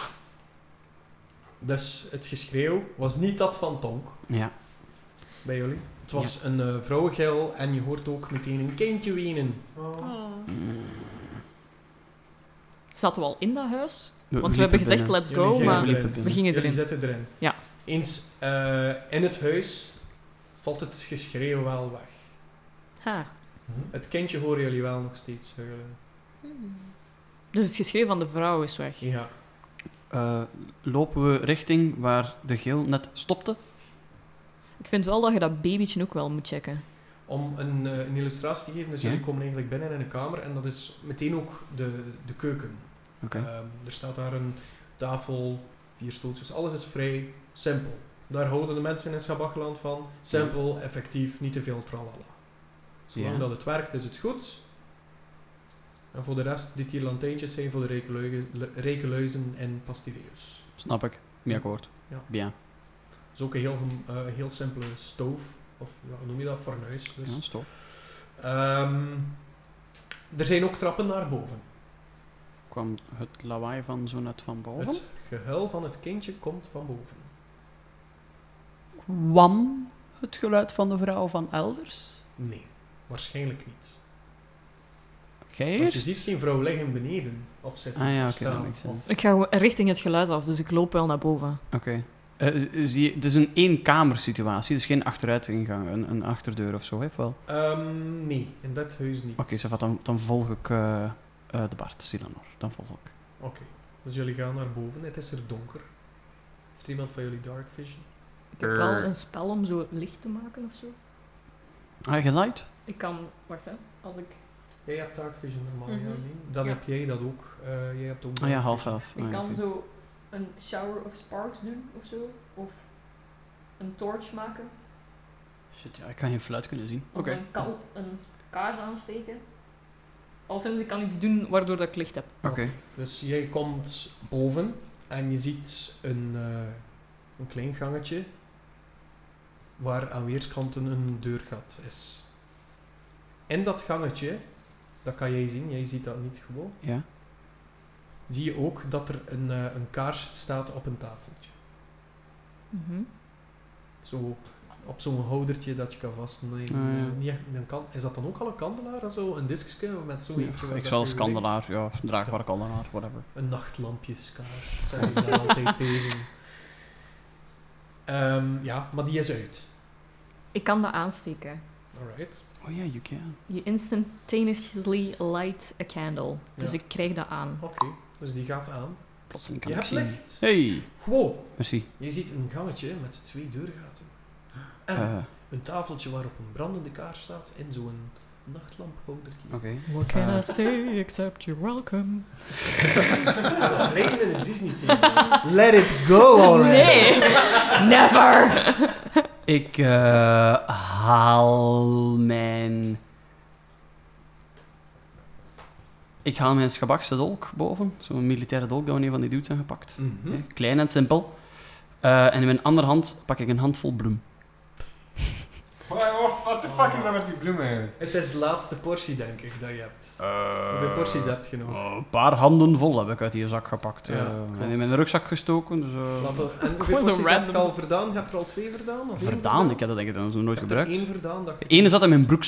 Dus het geschreeuw was niet dat van Tonk Ja. bij jullie. Het was een vrouwengil en je hoort ook meteen een kindje wenen. Zaten we al in dat huis? We Want we hebben liepen gezegd, binnen. let's Jullie go, gingen maar erin. liepen we gingen Jullie erin. zitten erin. Ja. Eens in het huis valt het geschreeuw wel weg. Ha. Het kindje horen jullie wel nog steeds huilen. Dus het geschreeuw van de vrouw is weg. Ja. Lopen we richting waar de gil net stopte? Ik vind wel dat je dat babytje ook wel moet checken. Om een illustratie te geven, dus Ja. jullie komen eigenlijk binnen in een kamer en dat is meteen ook de keuken. Oké. Er staat daar een tafel, 4 stoeltjes, alles is vrij simpel. Daar houden de mensen in Schabachland van. Simpel, effectief, niet te veel tralala. Zolang Ja. dat het werkt, is het goed. En voor de rest, dit hier lantijntjes zijn voor de rekenluizen en pastilleus. Snap ik. Mee akkoord. Ja. Bien. Dat is ook een heel simpele stoof. Of ja, hoe noem je dat? Fornuis. Dus. Ja, stop. Er zijn ook trappen naar boven. Kwam het lawaai van zo net van boven? Het gehuil van het kindje komt van boven. Kwam het geluid van de vrouw van elders? Nee, waarschijnlijk niet. Jij Want eerst? je ziet geen vrouw liggen beneden. Of zitten, Ah ja, of oké, dat staan. makes sense. of- Ik ga gewoon richting het geluid af, dus ik loop wel naar boven. Oké. Zie je, het is een één-kamer-situatie, dus geen achteruitingang, een achterdeur of zo, hè? Of wel? Nee, in dat huis niet. Oké, dan volg ik de Bart, Silanor. Dan volg ik. Oké, dus jullie gaan naar boven. Het is er donker. Heeft er iemand van jullie dark vision? Ik heb wel een spel om zo licht te maken of zo. Eigen light? Ik kan... Wacht, hè. Als ik... Jij hebt dark vision normaal, Mhm. Jolien. Dan Ja. heb jij dat ook. Jij hebt ook Ah ja, dark half vision. elf. Ik Ah, ja, kan oké. zo een shower of sparks doen of zo. Of een torch maken. Shit, ja, ik kan geen fluit kunnen zien. Of Oké. een kaars aansteken. Al sinds ik kan iets doen waardoor dat ik licht heb. Oké. Dus jij komt boven en je ziet een klein gangetje waar aan weerskanten een deurgat is. In dat gangetje, dat kan jij zien, jij ziet dat niet gewoon, Ja. zie je ook dat er een kaars staat op een tafeltje. Mhm. Zo op zo'n houdertje dat je kan vastnemen. Ah, ja. Niet echt een is dat dan ook al een kandelaar of zo? Een diskje met zo'n eentje? waar Ik dat zal als je kandelaar, ja, draagbaar kandelaar, whatever. Een nachtlampjeskaars, zeg ik daar altijd tegen. Ja, maar die is uit. Ik kan dat aansteken. Alright. Oh ja, you can. You instantaneously light a candle. Dus Ja. ik krijg dat aan. Oké, dus die gaat aan. Plotseling kan Je ik hebt zien. licht. Hey, Wow, merci. je ziet een gangetje met 2 deurgaten. En Eh, een tafeltje waarop een brandende kaars staat en zo'n nachtlamphoudertje. Oké. What can I say except you're welcome? Lijken in een Disney-thema. Let it go already. Nee! Never! Ik haal mijn... Ik haal mijn schabakse dolk boven. Zo'n militaire dolk dat we een van die dudes zijn gepakt. Mhm. Ja, klein en simpel. En in mijn andere hand pak ik een handvol bloem. What the fuck is dat met die bloemen eigenlijk? Het is de laatste portie, denk ik, dat je hebt. Hoeveel porties heb je nog? Een paar handen vol heb ik uit die zak gepakt. Ja, klopt. en in mijn rugzak gestoken. Dus, Laat dat, en hoeveel Gewoon zo porties heb je random. al verdaan? Je hebt er al 2 verdaan? Of één verdaan? Ik heb dat denk ik nog nooit Je hebt er gebruikt. 1 verdaan, dacht De ik. ene zat in mijn broekzak.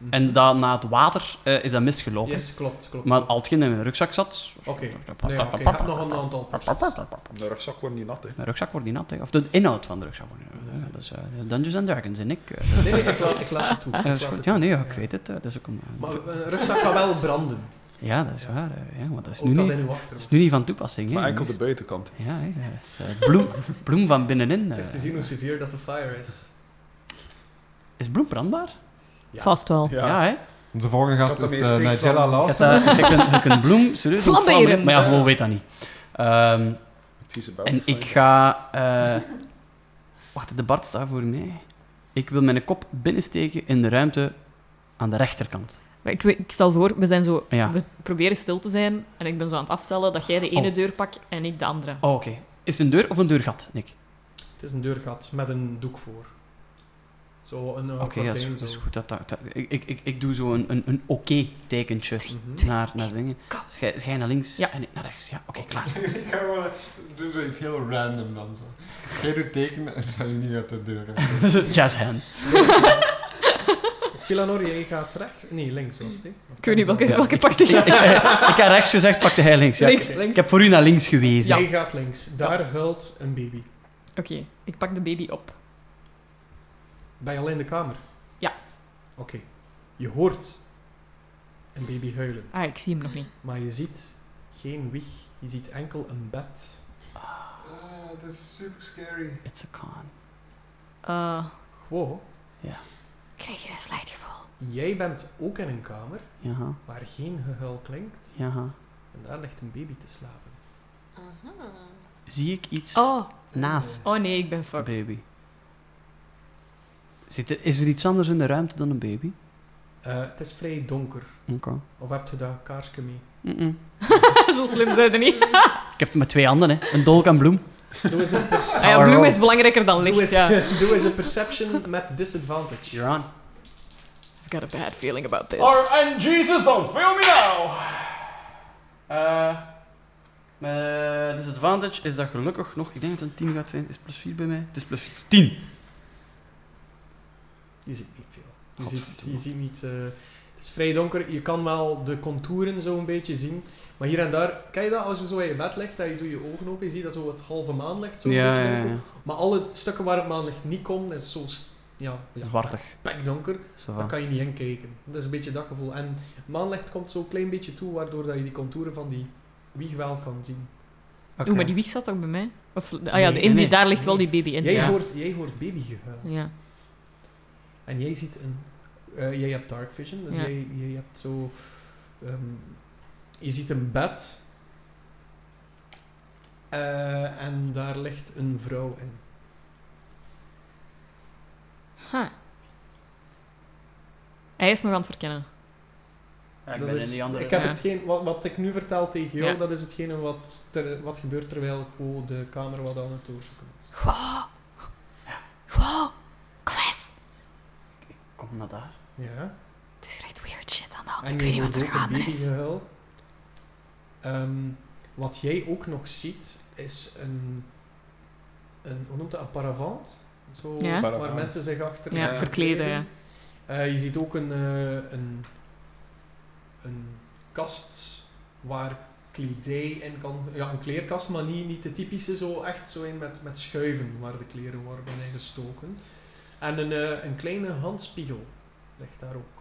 En dat, na het water is dat misgelopen. Yes, klopt. Maar al hetgeen in mijn rugzak zat... Oké. Nee, oké. Je hebt nog een aantal potjes. De rugzak wordt niet nat, hè. Mijn rugzak wordt niet nat, hè. Of de inhoud van de rugzak wordt niet nat. Dat is Dungeons and Dragons en ik. Nee, ik laat het toe. Dat is goed. Ja, nee, ik weet het. Dat is ook een, Maar een rugzak kan wel branden. ja, dat is waar. Ja, want dat is Ook nu dat niet, in uw dat achterhoofd. is nu niet van toepassing. Hè. Maar enkel de buitenkant. Ja, hè. Dat is, bloem van binnenin. Het is te zien hoe severe dat de fire is. Is bloem brandbaar? Ja. Vast wel. Ja, hè. Onze volgende gast Ik had is ermee een steek Nigella van- Lawson. Je kunt bloem serieus Flammeren. ontvlammen, maar ja, gewoon weet dat niet. Het is een En ik ga... wacht, de Bart staat voor mij. Ik wil mijn kop binnensteken in de ruimte aan de rechterkant. Maar ik stel voor, Ja. we proberen stil te zijn en ik ben zo aan het aftellen dat jij de ene deur pakt en ik de andere. Oh, oké. Is het een deur of een deurgat, Nick? Het is een deurgat met een doek voor. Zo een Oké, ja, gordijn, dat is zo. goed. Ik doe zo een oké-tekentje Mhm. naar dingen. Jij naar links Ja. en ik naar rechts. Ja, oké, klaar. Ik ga gewoon doen zoiets heel random dan zo. Jij doet tekenen en zal je niet uit de deur gaan. Jazz hands. Silanor, jij gaat rechts? Nee, links was het. Hè? Ik weet niet welke Ja. pakte jij. Ik had rechts gezegd, pakte hij links. Ja, Links, ik, links. ik heb voor u naar links gewezen. Jij gaat links. Daar huilt een baby. Oké, ik pak de baby op. Ben je al in de kamer? Ja. Oké. Je hoort een baby huilen. Ah, ik zie hem nog niet. Maar je ziet geen wieg. Je ziet enkel een bed. Dat is super scary. It's a con. Gewoon. Krijg je een slecht gevoel? Jij bent ook in een kamer Ja, waar geen gehuil klinkt. ja. En daar ligt een baby te slapen. Zie ik iets Oh. naast Oh nee, ik ben de fucked. baby? Is er iets anders in de ruimte dan een baby? Het is vrij donker. Oké. Of heb je dat kaarsje mee? Mm-mm. Zo slim zijn ze niet. Ik heb het met 2 handen, hè. Een dolk en bloem. Doe eens een, Ah ja, bloem is belangrijker dan doe licht, eens, ja. doe eens een perception met disadvantage. You're on. I've got a bad feeling about this. And Jesus, don't fail me now! Mijn disadvantage is dat gelukkig nog... Ik denk dat het een 10 gaat zijn. Is +4 bij mij? Het is +4. 10! Je ziet niet veel. Je Godverdomme. ziet niet... het is vrij donker. Je kan wel de contouren zo een beetje zien. Maar hier en daar... Kijk je dat? Als je zo in je bed ligt en je doet je ogen open, je ziet dat zo het halve maanlicht zo een Ja, beetje ja, binnenkomt. ja. Maar alle stukken waar het maanlicht niet komt, is zo... Zwartig. Pekdonker. Zo Daar van. kan je niet in kijken. Dat is een beetje dat gevoel. En maanlicht komt zo een klein beetje toe, waardoor dat je die contouren van die wieg wel kan zien. Oké. Oeh, maar die wieg zat toch bij mij? Of, ah ja, Nee, nee. daar ligt wel die baby in. Jij Ja. hoort babygehuil. Ja. En jij ziet een... jij hebt dark vision, dus Ja. jij hebt zo... je ziet een bed. En daar ligt een vrouw in. Huh. Hij is nog aan het verkennen. Ja, ik Dat ben is- in die andere... ik heb Ja. hetgeen, wat ik nu vertel tegen jou, Ja. dat is hetgene wat gebeurt terwijl gewoon de camera wat aan het doorzoeken is. Wow, kom eens. Kom naar daar. Ja. Het is echt weird shit aan de hand. En Ik je weet niet hoort wat er ook een gaande is. babygehuil. Wat jij ook nog ziet, is een hoe noemt dat, een paravant? Zo, Ja. waar Paravant. mensen zich achter Ja, verkleden, ja. Je ziet ook een kast waar kledij in kan... Ja, een kleerkast, maar niet de typische, zo echt zo in met schuiven waar de kleren worden in gestoken. En een kleine handspiegel ligt daar ook.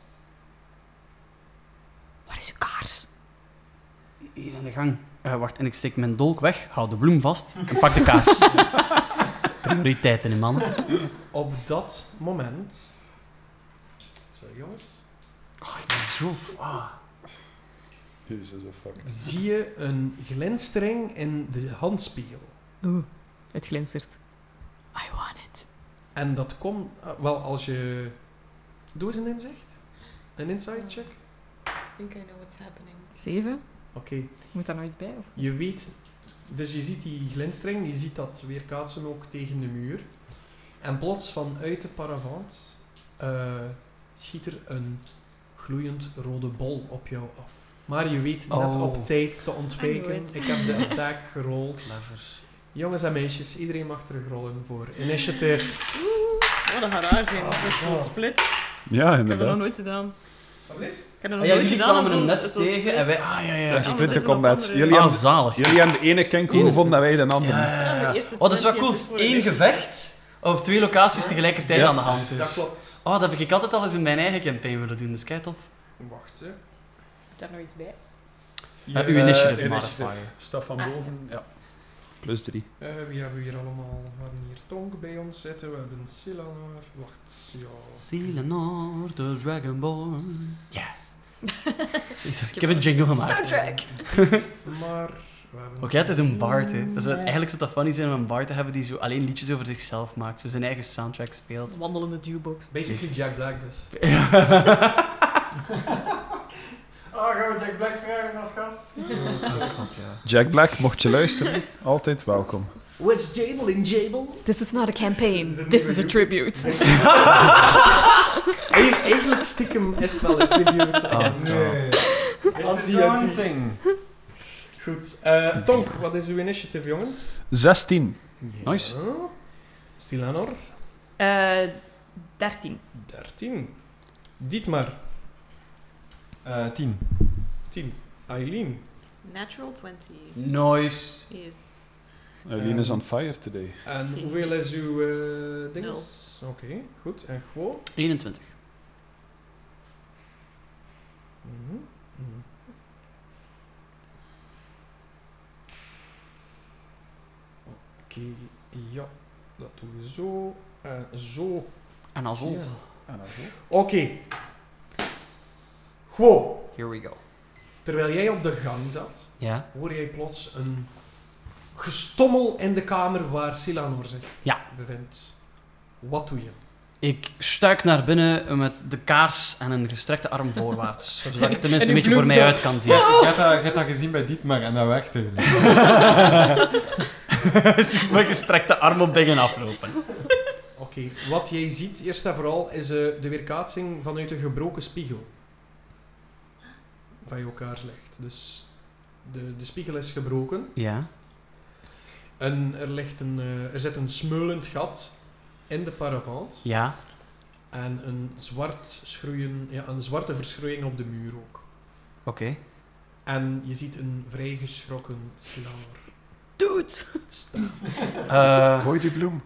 Waar is uw kaars? Hier in de gang. Wacht, en ik steek mijn dolk weg, hou de bloem vast en pak de kaars. Prioriteiten, hè, man. Op dat moment... Sorry jongens. Oh, ik ben zo... Jezus, zo fucked. Zie je een glinstering in de handspiegel. Oeh, het glinstert. I want it. En dat komt... wel, als je... Doe eens een inzicht. Een inside check. I think I know what's happening. 7? Oké. Moet daar nog iets bij? Of? Je weet... Dus je ziet die glinstering. Je ziet dat weerkaatsen ook tegen de muur. En plots vanuit de paravant... schiet er een gloeiend rode bol op jou af. Maar je weet net Oh. op tijd te I ontwijken. know it. Ik heb de attack gerold. Jongens en meisjes, iedereen mag terugrollen voor initiative. Oh, dat gaat raar zijn. Dat is zo split. Ja, Ik heb dat nog inderdaad. nooit gedaan. Allee? Ik heb dat nog Ja, nooit jullie gedaan. kwamen hem zo- net zo tegen split. en wij... Ah, ja. Ja, Splinter zitten Combat. nog Jullie Ah, hebben zalig. de ene kenkel Eén. gevonden en wij de andere. Ja. De eerste Oh, dat is wel 20 cool. is voor 1 de- gevecht op 2 locaties tegelijkertijd Ja. aan de hand. Dus. Dat klopt. Oh, dat heb ik altijd al eens in mijn eigen campaign willen doen, dus kijk tof. Wacht, hè. Heb daar nog iets bij? Uw initiative initiative. modifier. Staf van boven, ja. Plus 3. Wie hebben we hier allemaal? We hebben hier Tonk bij ons zitten. We hebben Silanor. Wacht, ja. Silenor, the Dragonborn. Ja. Ik heb een jingle gemaakt. Soundtrack! Maar we hebben... Oké, het is een bard, hè. Dat zou eigenlijk zou dat funny zijn om een bard te hebben die zo alleen liedjes over zichzelf maakt. Zo zijn eigen soundtrack speelt. Wandelende jukebox. Basically Jack Black dus. Gaan we Jack Black vragen als gast? Jack Black, mocht je luisteren, altijd welkom. What's Jable in Jable? This is not a campaign. Dit is een This is nieuwe a tribute. Eigenlijk stiekem is het wel een tribute aan... Nee. Anti- It's its own thing. Goed. Tonk, wat is uw initiative, jongen? 16. Nice. Ja. Silanor, 13. 13. Dietmar, 10. 10. Eileen, Natural 20 Nice. is... Eileen is on fire today. en hoeveel is uw dinges? Oké, goed. En gewoon? 21. Mhm. Mhm. Oké, ja. Dat doen we zo. En zo. En al zo. En dan zo. Oké. Gewoon. Here we go. Terwijl jij op de gang zat, Ja? hoor jij plots een gestommel in de kamer waar Silanor zich Ja. bevindt. Wat doe je? Ik stuik naar binnen met de kaars en een gestrekte arm voorwaarts. Zodat ik tenminste En een uw beetje voor mij bloem uit kan zien. Je hebt dat gezien bij Dietmar en dat werkt eigenlijk. Dus mijn gestrekte arm op dingen aflopen. Oké, wat jij ziet, eerst en vooral, is de weerkaatsing vanuit een gebroken spiegel. Van je elkaars licht. Dus de spiegel is gebroken. Ja. En er zit een smeulend gat in de paravant. Ja. En een zwarte verschroeiing op de muur ook. Oké. En je ziet een vrij geschrokken Silanor Dude! staan. Gooi die bloem.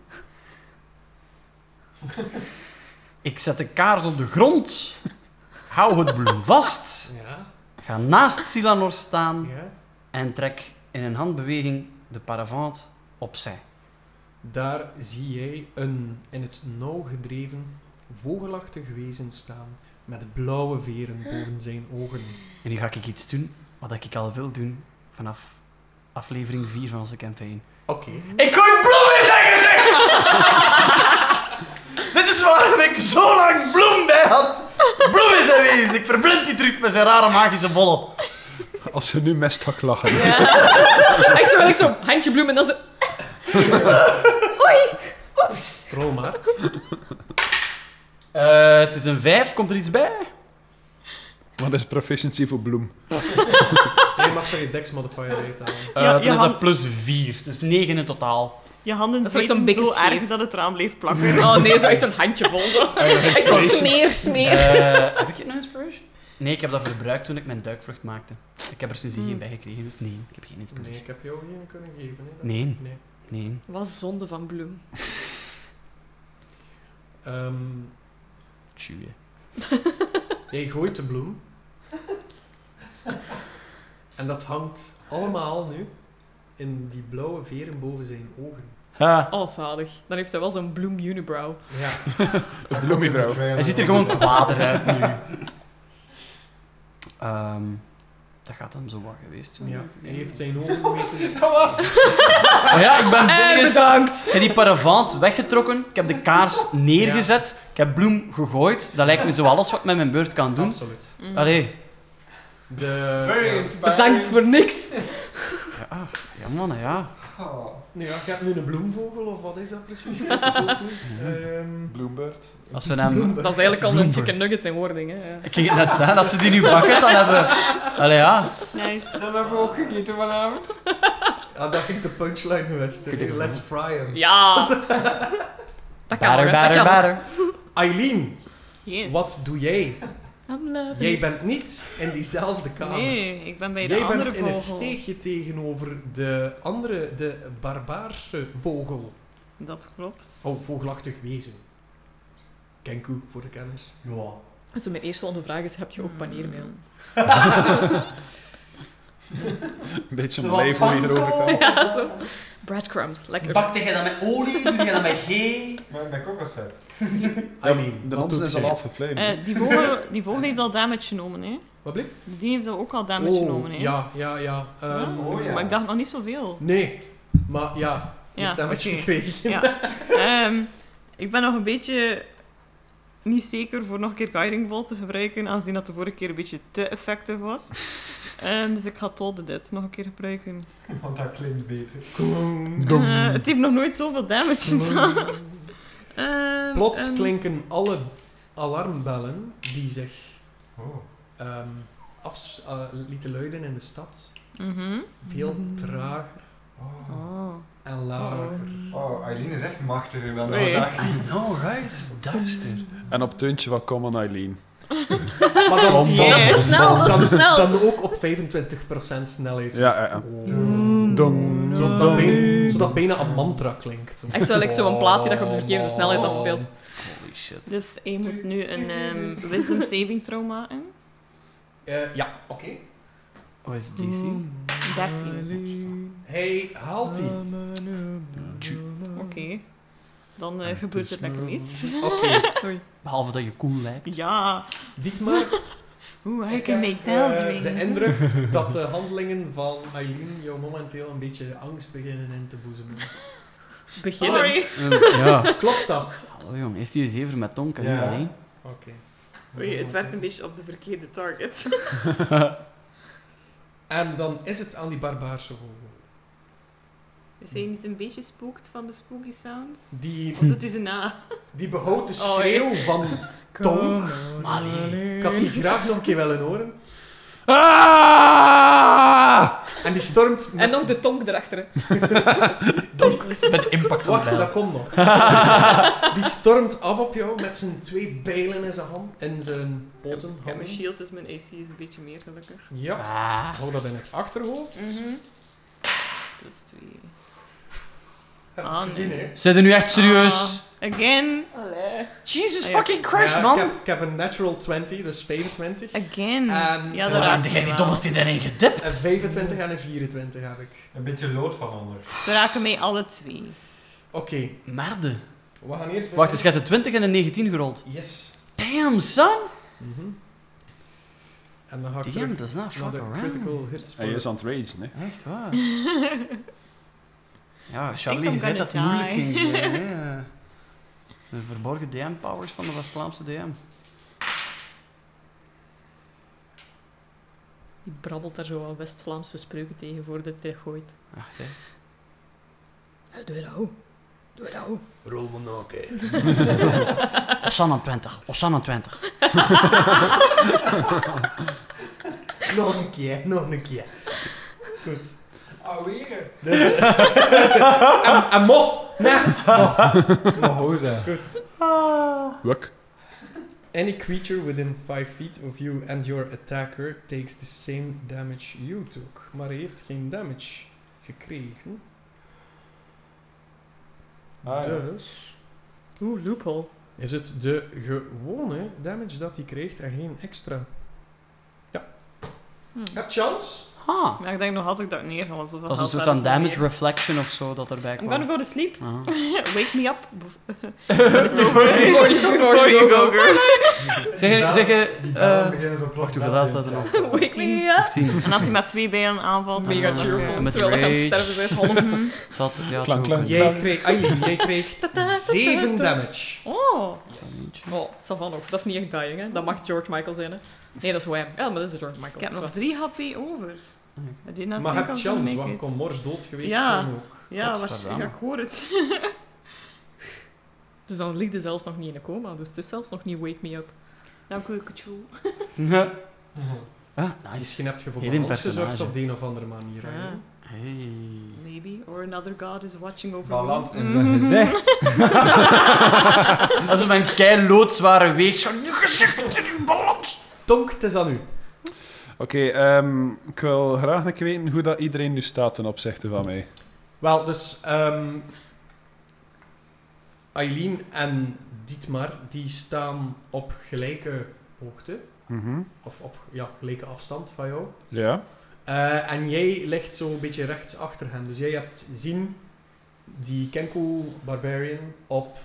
Ik zet de kaars op de grond. Hou het bloem vast. Ja, Ga naast Silanor staan. ja. En trek in een handbeweging de paravant opzij. Daar zie jij een in het nauw gedreven, vogelachtig wezen staan met blauwe veren boven zijn ogen. En nu ga ik iets doen wat ik al wil doen vanaf aflevering 4 van onze campaign. Oké. Ik gooi bloem in zijn gezicht! Dit is waarom ik zo lang bloem bij had. Bloem is aanwezig. Ik verblind die truc met zijn rare magische bollen. Als je nu mest gaat lachen. Echt zo, handje bloem en dan zo... Oei! Oeps! Rol maar. Het is een 5. Komt er iets bij? Wat is proficiency voor bloem? Je mag er je dex modifier uithalen. Ja, Dan je is hand- dat plus 4. Dus 9 in totaal. Je handen Dat is like zo'n zweten zo bikkenscheef. erg dat het eraan bleef plakken. Oh nee, zo echt zo'n handje vol zo. Echt zo smeer. Heb ik het nou inspiration? Nee, ik heb dat verbruikt toen ik mijn duikvlucht maakte. Ik heb er sindsdien geen bij gekregen, dus nee, ik heb geen Nee, inspiration. ik heb jou geen kunnen geven. Hè. Nee. Nee. Nee. Wat zonde van bloem. Tjoe. Jij gooit de bloem. En dat hangt allemaal nu in die blauwe veren boven zijn ogen. Ha. Oh, zalig. Dan heeft hij wel zo'n bloem unibrow. Ja. Een bloemiebrouw. Hij ziet er gewoon kwader uit nu. Dat gaat hem zo wat geweest zijn. Ja. Hij heeft zijn ogen weten... Oh ja, ik ben binnengestapt. bedankt. Ik heb die paravant weggetrokken. Ik heb de kaars neergezet. Ik heb bloem gegooid. Dat lijkt me zo alles wat ik met mijn beurt kan doen. Absoluut. Allee. Bedankt voor niks. Ja man, ja. Nu ja, je hebt nu een bloemvogel, of wat is dat precies? Ik weet het ook niet. Bloembird. Als we hem... Dat is eigenlijk al een chicken nugget in wording, hè. Ja. Ik ging het net zeggen, als we die nu bakken, dan hebben we... Allee, ja. Nice. Dat hebben we ook gegeten vanavond. Ja, dat ging de punchline geweest. Hè. Let's fry him. Ja. Dat kan Batter, nog, hè. Dat batter, kan nog. batter. Eileen, Yes. Wat doe jij? I'm loving Jij it. bent niet in diezelfde kamer. Nee, ik ben bij de Jij andere bent in vogel. het steegje tegenover de andere, de barbaarse vogel. Dat klopt. Oh, vogelachtig wezen. Kenku, voor de kennis. Ja. Zo mijn eerstvolgende vraag is, heb je ook paneermeel? Een beetje een lijf hoe je erover kan. Ja, zo. Breadcrumbs, lekker. Bakte jij dat met olie? Doe je dat met ghee? Met kokosvet. Eileen, De wat onze doet is al jij? afgepluimd. Die vogel heeft al damage genomen, hè. Wat blieft? Die heeft ook al damage genomen, hè. ja. Ja, Oh, ja. Maar ik dacht nog niet zoveel. Nee, maar ja, die Ja, heeft damage oké. gekregen. Ja. Ik ben nog een beetje niet zeker voor nog een keer Guiding Bolt te gebruiken, aangezien dat de vorige keer een beetje te effectief was. Dus ik ga Toll the Dead nog een keer gebruiken. Want dat klinkt beter. Het heeft nog nooit zoveel damage gedaan. Plots en- klinken alle alarmbellen die zich Oh. lieten luiden in de stad Mhm. veel trager Oh. en lager. Oh, Eileen is echt machtiger dan Nee. dat. I know, right? Het is duister. En op het teuntje van Common Eileen. Maar dan, Yes. Dat is te snel, dat is te snel. Dan ook op 25% snelheid. Ja. Zodat bijna een mantra klinkt. Zo. Echt zo, like zo'n plaatje dat je op de verkeerde snelheid afspeelt. Holy shit. Dus je moet nu een wisdom saving throw maken. Ja, oké. Wat is het DC? 13. Hij haalt die. Oké. Dan gebeurt er lekker niets. Oké. Behalve dat je cool lijkt. Ja. Dietmar, Oeh, I ik can heb make bells ring. de indruk dat de handelingen van Eileen jou momenteel een beetje angst beginnen in te boezemen. Sorry. Ja. Klopt dat? Hallo jong, is die zever met Tonk en Ja. niet alleen? Oké. Oei, het werd een beetje op de verkeerde target. En dan is het aan die barbaarse vogel. Is hij niet een beetje spookt van de spooky sounds? Die, Of doet hij ze na? die behoudt de Oh, schreeuw van Tonk. Mali. Ik had die graag nog een keer willen horen. Ah! En die stormt met... En nog de tonk erachter. Met impact van Wacht, bijl. dat komt nog. Die stormt af op jou met zijn 2 bijlen in zijn hand, in zijn poten. Ik heb mijn shield, dus mijn AC is een beetje meer gelukkig. Ja, Ah. hou dat in het achterhoofd. Plus 2. Heb je Ah, het gezien, nee. hè? Zijn er nu echt serieus? Again. Allee. Jesus Ah, ja. fucking Christ, Ja, man! ik heb een natural 20, dus 25. Again. En, Ja, dat Waarom raakt heb jij mij die wel. dommelsteen daarin gedipt? Een 25 en een 24 heb ik. Een beetje lood van onder. Ze raken mij alle twee. Oké, Merde. we gaan eerst... Wacht, dus je hebt de 20 en de 19 gerold. Yes. Damn, son! Mhm. En dan ga ik DM terug does not naar fuck de around. critical hits. Hij is aan het ragen, hè. Echt waar. Ja, Charlie, I'm je zei gonna dat het moeilijk die. ging zijn. Hè? De verborgen DM-powers van de West-Vlaamse DM. Die brabbelt daar zo al West-Vlaamse spreuken tegen voordat hij gooit. Wacht, hè. Doe het nou. Doe het nou. Roman ook, hè. Ossan 20. Ossan 20. Nog een keer, nog een keer. Goed. Alweer? Dus, en mocht... Nee. Maar hoe dat? Goed. Wuk. Any creature within 5 feet of you and your attacker takes the same damage you took. Maar hij heeft geen damage gekregen. Ah, ja. Dus Oeh, loophole. is het de gewone damage dat hij krijgt en geen extra. Heb chance? Ha. Maar ik denk nog altijd dat ik neer ga. Want zoveel Dat is een geld soort heb van ik niet damage meer. reflection of zo dat erbij I'm kwam. gonna go to sleep. Aha. Wake me up. It's over. Before you go, girl. Zeg je... Die bellen beginnen zo plots wacht, hoeveel dat had in dat er te nog? Wake me up. 10. En als hij met 2 bijlen aanvalt... dan Mega dan- cheerful. met Terwijl ik aan het rage. sterven bent, half. Het zat... Ja, het Klank, zou ook klank. kunnen. Jij krijgt 7 damage. Oh. Oh, Savan nog. Dat is niet echt dying, hè. Dat mag George Michael zijn, hè. Nee, dat is Wham. Ja, maar dat is George Michael. Ik heb nog Zo. 3 HP over. I did not Maar think heb I was gonna chance, make want it. kon mors dood geweest Ja. zijn ook. Ja, Godverdamme. waarschijnlijk. Ik hoor het. Dus dan ligt hij zelfs nog niet in een coma, dus het is zelfs nog niet Wake Me Up. Dank u, Kachoo. Mhm. Ah, nice. Misschien heb je voor Heel in balans gezorgd personage. op de een of andere manier. hè. Ah, Hey. maybe. Or another god is watching over Balans me. is een gezicht. Als we mijn kei loodzware weegschaal... Nu gezicht in balans! Tonk, het is aan u. Oké, ik wil graag een keer weten hoe dat iedereen nu staat ten opzichte van mij. Wel, dus Eileen en Dietmar die staan op gelijke hoogte. Of op gelijke afstand van jou. Ja. En jij ligt zo een beetje rechts achter hen. Dus jij hebt zien die Kenku Barbarian op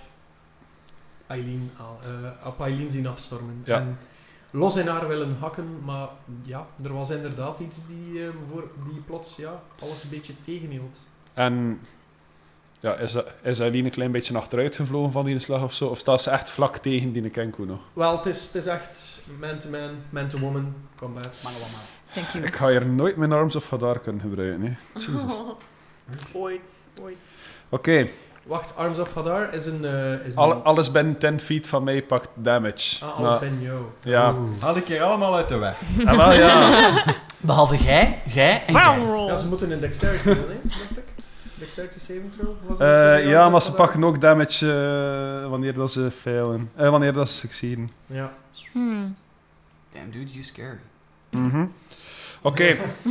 Eileen zien afstormen. Ja. En los in haar willen hakken, maar ja, er was inderdaad iets die plots alles een beetje tegenhield. En ja, is Eileen een klein beetje achteruit gevlogen van die slag of zo? Of staat ze echt vlak tegen die Kenku nog? Wel, het is echt man-to-man, man-to-woman combat. Thank you. Ik ga hier nooit mijn Arms of Hadar kunnen gebruiken. Hè. Jezus. Ooit. Oké, Wacht, Arms of Hadar is een... alles binnen 10 feet van mij pakt damage. alles Maar- ben jou. Ja. Haal ik hier allemaal uit de weg. Ah, wel, ja. Behalve jij en jij. Ja, ze moeten een dexterity doen, hè, dacht ik. Dexterity saving throw? Was dat zo bij Ja, Arms maar of ze Hadar? pakken ook damage wanneer dat ze failen. Wanneer dat ze succeeden. Ja. Hmm. Damn dude, you scary. Oké,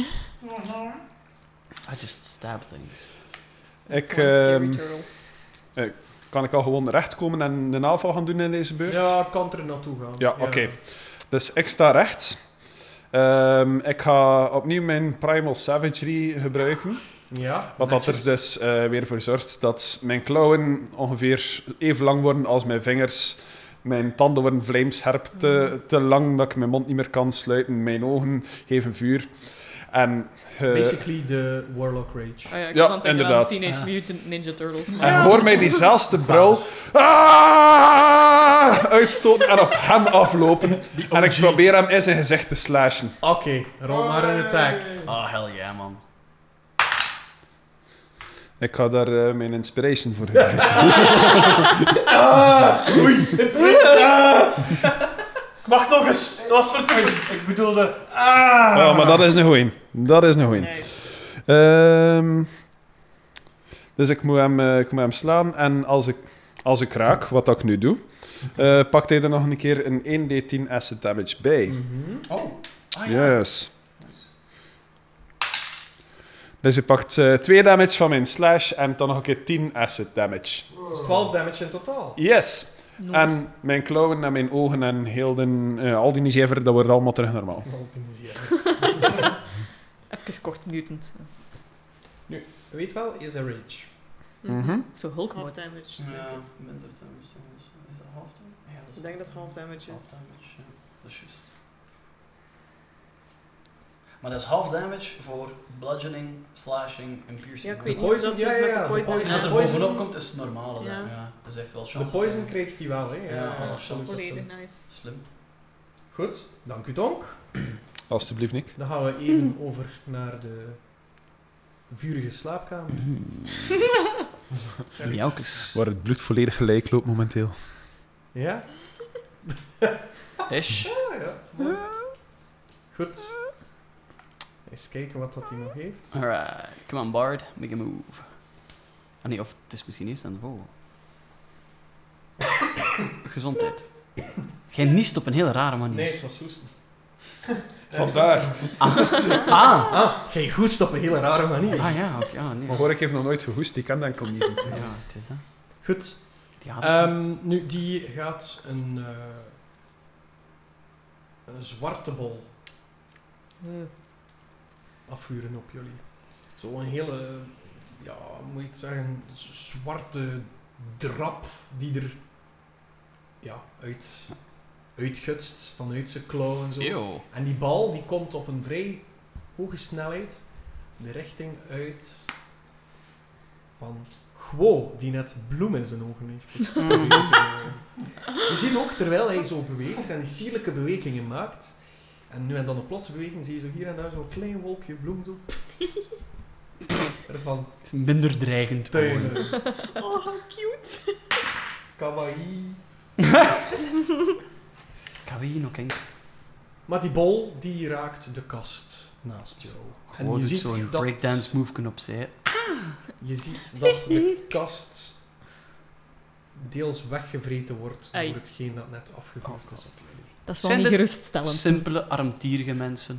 I just stab things. ik... Scary turtle. kan ik al gewoon recht komen en de aanval gaan doen in deze beurt? Ja, kan er naartoe gaan. Ja, oké. Dus ik sta rechts. Ik ga opnieuw mijn Primal Savagery gebruiken. Ja, Wat dat er netjes. dus weer voor zorgt dat mijn klauwen ongeveer even lang worden als mijn vingers. Mijn tanden worden vlijmscherp, te lang dat ik mijn mond niet meer kan sluiten. Mijn ogen geven vuur. En, Basically de Warlock Rage. Ah ja, ik Ja, was aan het denken inderdaad. aan Teenage Mutant Ninja Turtles. en hoor mij diezelfde brul uitstoten en op hem aflopen. En ik probeer hem in zijn gezicht te slashen. Oké, rol maar een attack. Oh, hell yeah, man. Ik ga daar mijn inspiration voor gebruiken. Oei, het Wacht nog eens, dat was voor toen. Ik bedoelde... Oh, maar dat is een goeie. Dat is een goeie. Nice. Dus ik moet hem slaan. En als ik raak, wat dat ik nu doe, pakt hij er nog een keer een 1d10 acid damage bij. Oh. Ah, ja. Yes. Dus hij pakt 2 damage van mijn slash en dan nog een keer 10 acid damage. Dat is 12 damage in totaal. Yes. Nice. En mijn klauwen en mijn ogen en heel al die jever, dat wordt allemaal terug normaal. Even kort mutant. Weet wel, is een rage. Mhm. Zo Hulk Half mode. damage. Ja, minder damage. Is dat half damage? Ja, dat Ik denk dat het half damage half is. damage, ja. Dat is juist. Maar dat is half damage voor bludgeoning, slashing en piercing. Ja, ik weet De niet. poison, dat ja, met ja, de ja, de poison. Als je net er Poison- bovenop komt, is het normale. Ja. Ja, dat is echt wel De chance. poison kreeg hij wel, hè. Ja, absoluut, Volledig absoluut. nice. Slim. Goed, dank u Tonk. Alsjeblieft, Nick. Dan gaan we even over naar de vurige slaapkamer. Miauwkes. Waar het bloed volledig gelijk loopt momenteel. Ja? Ish. Ja, mooi. Goed. Eens kijken wat dat hij nog heeft. Alright, come on Bard, make a move. Ah nee, of het is misschien eerst aan de vogel. Gezondheid. Jij niest op een hele rare manier. Nee, het was hoesten. Vandaar. Ah, jij hoest op een hele rare manier. Ah ja, oké. Ah, nee. Maar hoor, ik heb nog nooit gehoest, ik kan dat enkel niet. Ja, het is dat. Goed. Die hadden- Nu, die gaat een zwarte bol afvuren op jullie. Zo een hele, ja, moet je het zeggen, zwarte drap die er uitgutst vanuit zijn klauwen en zo. Eeuw. En die bal die komt op een vrij hoge snelheid de richting uit van Gwo, die net bloem in zijn ogen heeft gesproken. Je ziet ook, terwijl hij zo beweegt en die sierlijke bewegingen maakt, en nu en dan een plotse beweging, zie je zo hier en daar zo'n klein wolkje bloem zo ervan Het is minder dreigend. gewoon. tuinen. Oh, how cute. Kawaii. Kawaii no kenk. Maar die bol, die raakt de kast naast jou. Gewoon doet zo'n dat... breakdance move opzij. Je ziet dat de kast deels weggevreten wordt door Ai. hetgeen dat net afgevuurd is op jullie. Dat is wel Zijn niet dit geruststellend. Simpele, armtierige mensen.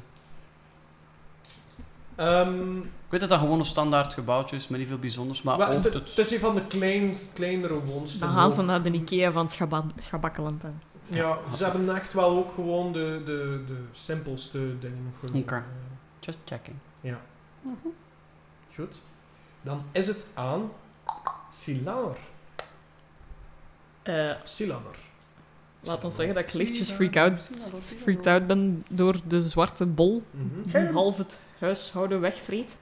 Ik weet dat dat gewoon een standaard gebouwtje is, met niet veel bijzonders, maar Maar ook het is een van de kleinere woonsten. Dan gaan ze naar de Ikea van het Schabakkeland. Hè. Ja, ze hebben echt wel ook gewoon de simpelste dingen genomen. Oké. Just checking. Ja. Goed. Dan is het aan Silaner. Silaner. Laat ons zeggen dat ik lichtjes freaked out ben door de zwarte bol die half het huishouden wegvreet.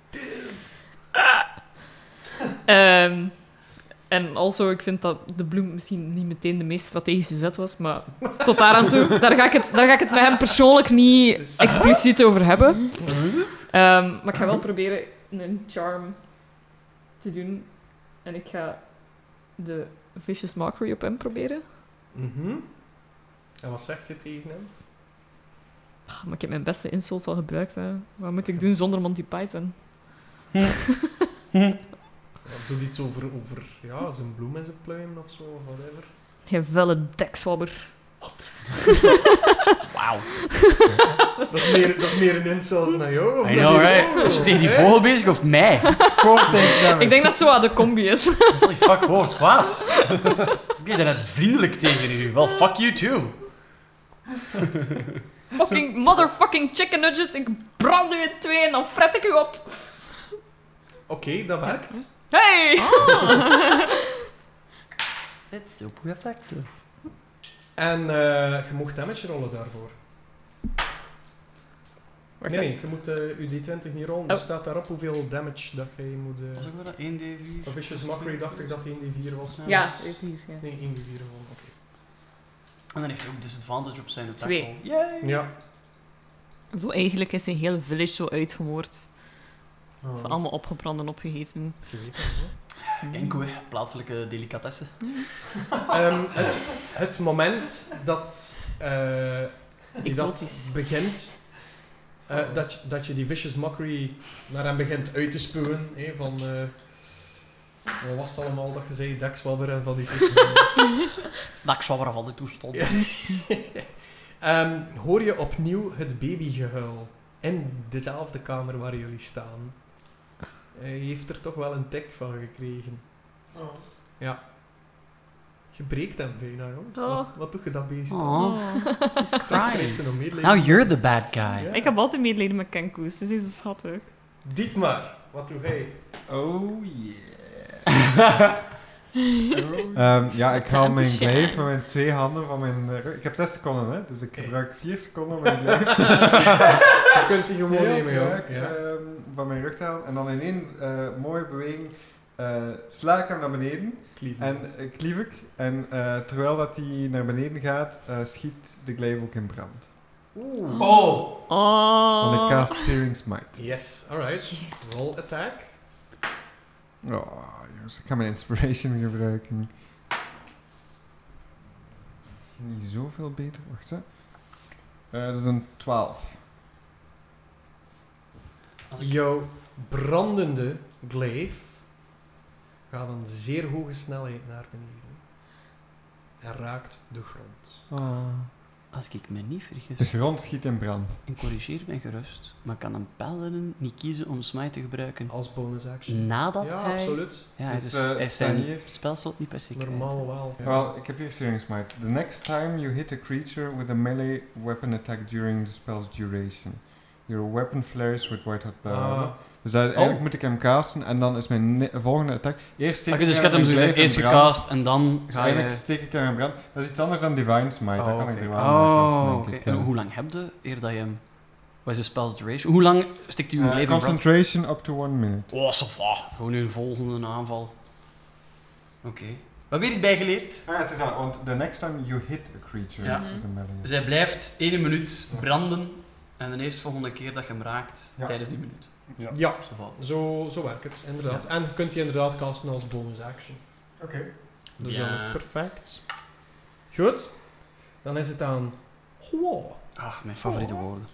En also, ik vind dat de bloem misschien niet meteen de meest strategische zet was, maar tot daar aan toe, daar ga ik het met hem persoonlijk niet expliciet over hebben. Maar ik ga wel proberen een charm te doen. En ik ga de Vicious Mockery op hem proberen. En wat zegt je tegen hem? Maar ik heb mijn beste insults al gebruikt. Hè. Wat moet ik doen zonder Monty Python? Doe iets over ja, zijn bloem in zijn pluim of zo, of whatever. Je vuile dekswabber. Wauw. Dat is meer een insult naar jou. Of I naar know, die right? vogel? Is je tegen die vogel bezig of mij? Ik denk dat het zo aan de combi is. Holy fuck, hoort kwaad. Ik deed net vriendelijk tegen u. Wel, fuck you too. Fucking motherfucking chicken nugget. Ik brand u in twee en dan fret ik u op. Oké, dat werkt. Hey! It's super effective. En je mocht damage rollen daarvoor. Wacht, Nee, je moet uw D20 niet rollen. Er Oh. staat daarop hoeveel damage dat je moet... Was ik wel dat 1d4? Of Vicious Mockery dacht ik dat 1d4 was. Ja, even hier. Ja. Nee, 1d4 gewoon, oké. En dan heeft hij ook disadvantage op zijn attack 2. roll. Yay! Ja. Zo eigenlijk is een hele village zo uitgemoord. Ze zijn allemaal opgebrand en opgegeten. Je weet het, hè. Enkel, hè. Plaatselijke delicatessen. Het moment dat je dat Exotisch. begint, dat je die Vicious Mockery naar hem begint uit te spuwen, hè, van... wat was het allemaal dat je zei? Dekswabber en van die toestanden. Dakzwabber van de toestand. Ja. Hoor je opnieuw het babygehuil in dezelfde kamer waar jullie staan. Hij heeft er toch wel een tik van gekregen. Ja. Je breekt hem bijna, joh. Oh. Wat doe je dat beest? Oh. Straks krijgt hij nog medelijden. Now you're the bad guy. Ja. Ik heb altijd medelijden met kenkoes, dus deze is schattig. Dietmar, wat doe hij? Oh yeah. Ja, ik haal mijn Shine. glaive met mijn 2 handen van mijn rug. Ik heb 6 seconden, hè, dus ik gebruik 4 seconden om mijn glaive Je kunt die gewoon heel nemen, joh. traag, Ja. van mijn rug te halen. En dan in één mooie beweging sla ik hem naar beneden en klief ik. En terwijl dat hij naar beneden gaat, schiet de glaive ook in brand. Oeh. Oh! Want ik Oh. cast Searing Smite. Yes, alright. Roll attack. Oh, jongens, ik ga mijn inspiration gebruiken. Is niet zoveel beter. Wacht, hè. Dat is een 12. Jouw brandende glaive gaat een zeer hoge snelheid naar beneden. En raakt de grond. Als ik me niet De vergis, grond schiet in brand. en corrigeer mij gerust, maar kan een paladin niet kiezen om smite te gebruiken Als bonus action. nadat Ja, hij... absoluut. Ja, Het dus is, hij het staat zijn hier. spelslot niet per se kwijt. Normaal wel. Wel, ik heb hier Searing Smite. The next time you hit a creature with a melee weapon attack during the spell's duration, your weapon flares with white hot Ah, Dus eigenlijk moet ik hem casten en dan is mijn volgende attack... Eerst steek Oké, ik dus je hem hebt hem in zo glaive eerst in brand. gecast en dan Dus ga eigenlijk je... steek ik hem in brand. Dat is iets anders dan Divine Smite. Dat kan ik er wel mee Oh, casten, oké. denk ik. En hoe lang heb je eer dat je hem... Wat is de spell's duration? Hoe lang stikt u uw leven in brand? Concentration up to 1 minute. Oh, ça va. Gewoon een volgende aanval. Oké. Wat weer iets bijgeleerd? Ah, het is dat, want the next time you hit a creature Ja. with a melee. Dus hij blijft 1 minuut branden en de eerstvolgende keer dat je hem raakt, Ja. tijdens die minuut. ja, Ça va. zo werkt het, inderdaad. En je kunt die inderdaad casten als bonus action. Oké. Dus Ja. dan perfect. Goed. Dan is het aan... Wow. Ach, mijn favoriete woorden.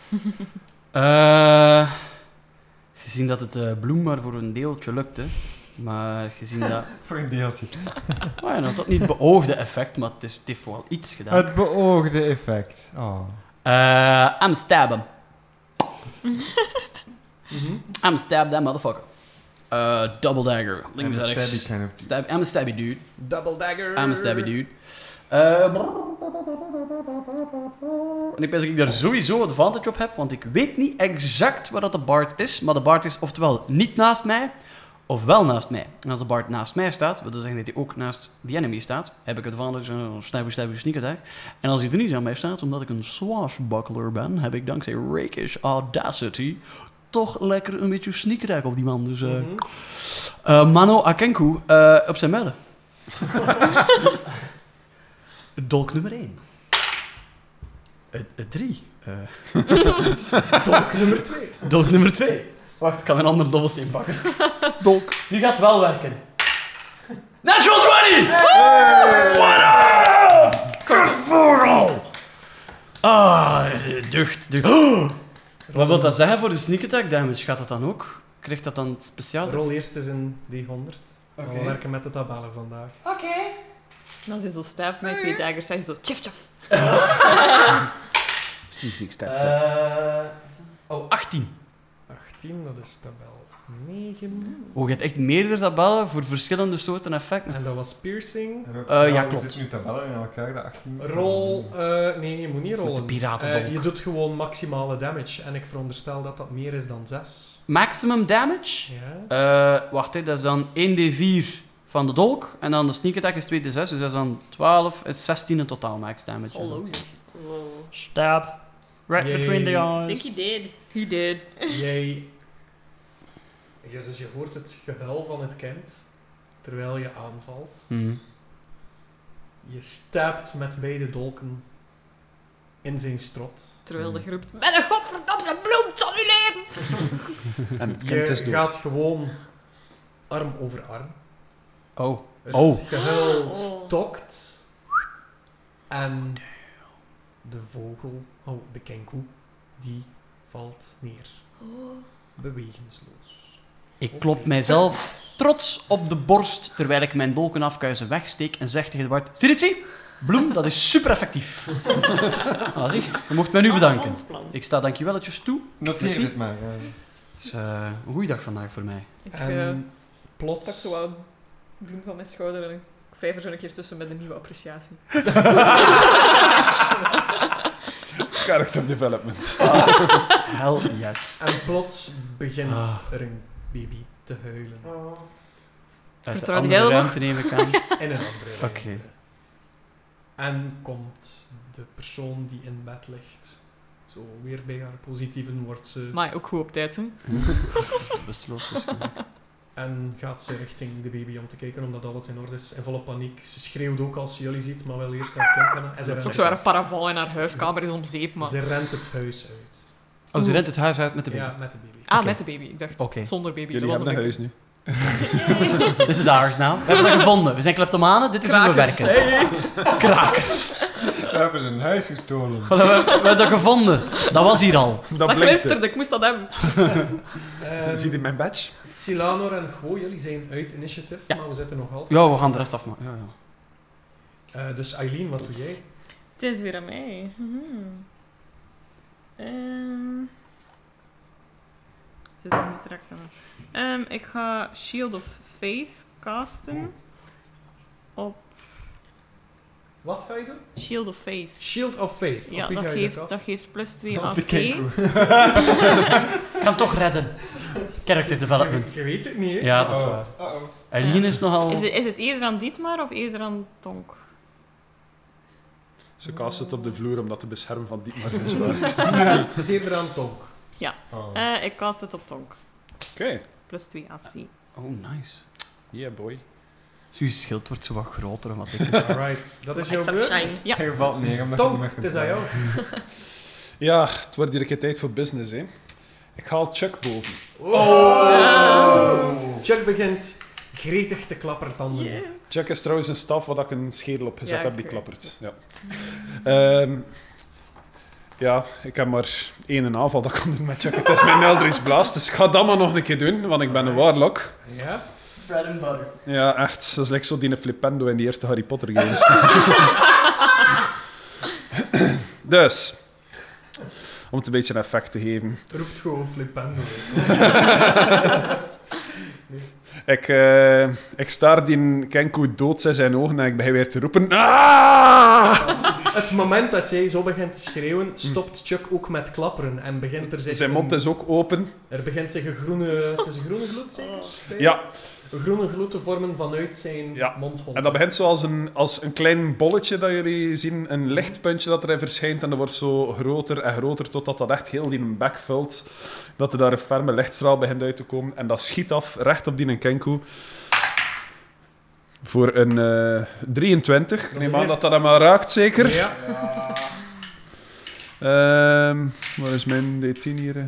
Gezien dat het bloem maar voor een deeltje lukte, maar gezien dat... Voor een deeltje. Oh ja, nou, dat niet het beoogde effect, maar het heeft wel iets gedaan. Het beoogde effect. Oh. I'm stab him. I'm stab that motherfucker. Double dagger. Links en rechts. Stabby kind of... I'm a stabby dude. Double dagger. I'm a stabby dude. En ik denk dat ik daar sowieso advantage op heb, want ik weet niet exact waar dat de bard is, maar de bard is oftewel niet naast mij, of wel naast mij. En als de bard naast mij staat, wil dat zeggen dat hij ook naast die enemy staat, heb ik advantage, stabby sneak attack. En als hij er niet aan mij staat, omdat ik een swashbuckler ben, heb ik dankzij Rakish Audacity toch lekker een beetje sneak attack op die man. Dus Mano Akenku op zijn muilen. Dolk nummer 1. 3. Dolk nummer 2. Dolk nummer 2. Wacht, ik kan een andere dobbelsteen pakken. Dolk. Nu gaat het wel werken. Natural 20! What up? Kurt Vogel! Ducht. Oh. Wat wil dat zeggen voor de sneak attack damage? Gaat dat dan ook? Krijgt dat dan speciaal? Rol eerst eens een D100. Oké. We werken met de tabellen vandaag. En als je zo staft met 2 daggers, zeg je zo tjaf tjaf. Sneak stats. 18. 18, dat is tabel 9. Oh, je hebt echt meerdere tabellen voor verschillende soorten effecten. En dat was piercing. Ja, We klopt. zitten nu tabellen in elkaar, de 18. Rol... nee, je moet niet Dat is met rollen. de piratendolk. Je doet gewoon maximale damage. En ik veronderstel dat dat meer is dan 6. Maximum damage? Ja. Wacht, hè, dat is dan 1d4 van de dolk. En dan de sneak attack is 2d6. Dus dat is dan 12, is 16 in totaal max damage. Dus dan- Stab. Right Yay. between the I eyes. think he did. He did. Jij... Ja, dus je hoort het gehuil van het kind terwijl je aanvalt. Mhm. Je stapt met beide dolken in zijn strot. Terwijl de roept, met een godverdomse bloem, het zal u leren! En het kind Je is dood. gaat gewoon arm over arm. Oh. Het Oh. gehuil Oh. stokt. En de vogel, de kenkoe, die valt neer. Bewegensloos. Ik klop mijzelf trots op de borst terwijl ik mijn dolkenafkuizen wegsteek en zeg tegen de bard: Stiritsi, bloem, dat is super effectief. Ah, zie, je mocht mij nu bedanken. Ons plan. Ik sta dankjewelletjes toe. Noteer Merci. dit maar. Het is een goeie dag vandaag voor mij. Ik En pak plots... zo wel een bloem van mijn schouder en ik wrijf er zo een keer tussen met een nieuwe appreciatie. Character development. Hell yes. En plots begint Ah. er een baby te huilen. Uit de Vertrouw andere jij dat ruimte neem ik aan. In een andere ruimte. Oké. En komt de persoon die in bed ligt zo weer bij haar positieven, wordt ze... Maar ook goed op tijd, hè. Bewusteloos waarschijnlijk. En gaat ze richting de baby om te kijken, omdat alles in orde is. In volle paniek. Ze schreeuwt ook als ze jullie ziet, maar wil eerst haar kind gaan. En ze Ook rent, zo haar paraval in haar huiskamer is om zeep, maar... ze rent het huis uit. Oh, ze rent het huis uit met de baby. Ja, met de baby. Ah, Oké. met de baby. Ik dacht, Oké. zonder baby. Jullie Dat hebben een was huis nu. This is ours now. We hebben dat gevonden. We zijn kleptomanen, dit is hoe we Krakers, werken. Krakers. We hebben een huis gestolen. Voilà, we hebben dat gevonden. Dat was hier al. Dat Dat blinkt. glinsterde, ik moest dat hebben. Zie je mijn badge? Silanor en Go, jullie zijn uit initiative, Ja. maar we zitten nog altijd. Ja, we gaan de rest afmaken. Ja, ja. Dus Eileen, wat doe jij? Het is weer aan mij. Het is nog niet direct aan. Ik ga Shield of Faith casten. Op Wat ga je doen? Shield of Faith. Shield of Faith. Ja, Op wie dat ga je geeft, dat dat geeft plus 2 Op AC. de kenkoe. Ik kan toch redden. Character development. Je weet het niet, hè? Ja, dat is waar. Uh-oh. Eileen is nogal... Is het eerder aan Dietmar of eerder aan Tonk? Ze kast het op de vloer om dat te beschermen van Dietmar zijn zwaard. Het is eerder aan Tonk. Ja. Oh. Ik cast het op Tonk. Oké. Plus 2 AC. Oh, nice. Yeah, boy. Uw schild wordt zo wat groter dan wat ik... Alright, dat is jouw Extra beurt. shine. Ja. Hij valt neer omdat je Tonk, niet meer het is aan jou. Ja, het wordt hier een keer tijd voor business, hè. Ik haal Chuck boven. Oh. Chuck begint gretig te klappertanden. Yeah. Chuck is trouwens een staf waar ik een schedel op gezet Ja, heb die ik- klappert. Ja. Ja, ik heb maar 1 aanval dat ik kan doen met Chuck. Het is mijn Eldritch Blast, dus ik ga dat maar nog een keer doen, want ik ben een warlock. Ja? Bread and butter. Ja, echt. Dat is like zo die Flipendo in die eerste Harry Potter games. Dus, om het een beetje een effect te geven. Roept gewoon Flipendo. Ik staar die Kenku dood in zijn ogen en ik begin weer te roepen. Ah! Het moment dat jij zo begint te schreeuwen, stopt Chuck ook met klapperen en begint er zich Zijn mond is ook open. Er begint zich een groene... Het is een groene gloed, zeker? Ja, Een groene gloed te vormen vanuit zijn Ja. mondhol. en dat begint zo als een klein bolletje dat jullie zien. Een lichtpuntje dat erin verschijnt en dat wordt zo groter en groter totdat dat echt heel die bek vult. Dat er daar een ferme lichtstraal begint uit te komen. En dat schiet af, recht op die Kenku. Voor een 23. Ik is neem een aan hit. dat dat hem al raakt, zeker. Ja. Waar is mijn D10 hier?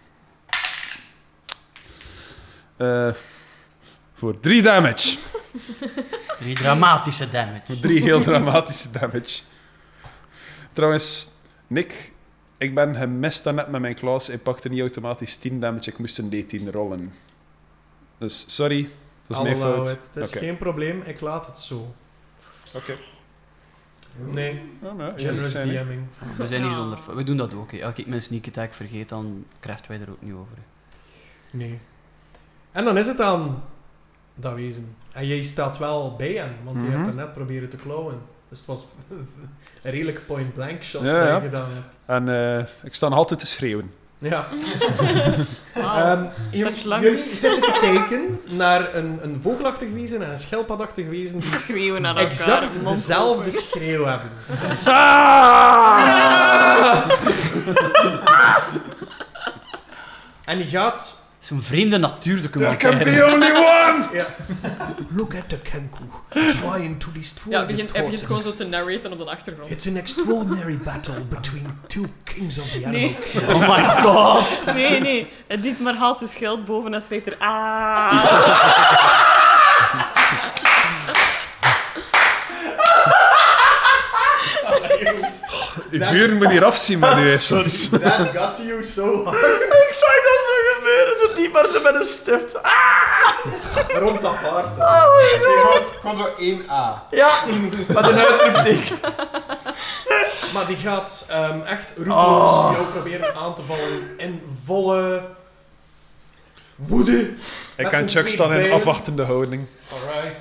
Voor 3 damage. 3 dramatische damage. 3 heel dramatische damage. Trouwens, Nick, ik ben gemist daarnet met mijn claws. Ik pakte niet automatisch 10 damage. Ik moest een D10 rollen. Dus sorry, dat is mijn Allow fout. it. Het is Oké. geen probleem, ik laat het zo. Oké. Nee, Ja, maar generous eerlijk zijn, hè. DMing. We zijn hier zonder... We doen dat ook. Hè. Als ik mijn sneak attack vergeet, dan krijgen wij er ook niet over. Hè. Nee. En dan is het aan dat wezen. En jij staat wel bij hem, want je Mhm. hebt er net proberen te klauwen. Dus het was een redelijk point-blank shot Ja, dat ja. je gedaan hebt. En ik sta nog altijd te schreeuwen. Ja. Wauw. Jullie langs. zitten te kijken naar een vogelachtig wezen en een schelpadachtig wezen die Schreeuwen naar elkaar. exact mond dezelfde open. schreeuw hebben. En die gaat... Zo'n vreemde natuur There can be only one! Ja. Look at the Kenku, trying to destroy Ja, the hij begint tortoise. gewoon zo te narraten op de achtergrond. It's an extraordinary battle between two kings of the animal Nee. kingdom. Oh my god! Nee. Het dit maar haalt zijn schild boven en schrijft er ah. Die buren moeten hier afzien met u soms. That got you so hard. Ik zag dat zo gebeuren, zo diep maar ze met een stift. Rond dat paard. Gewoon zo 1A. Ja, met een uitroepteken. Maar die gaat echt roekeloos jou proberen aan te vallen in volle woede. Ik Met en zijn Chuck twee staan in bijlen. afwachtende houding. Alright.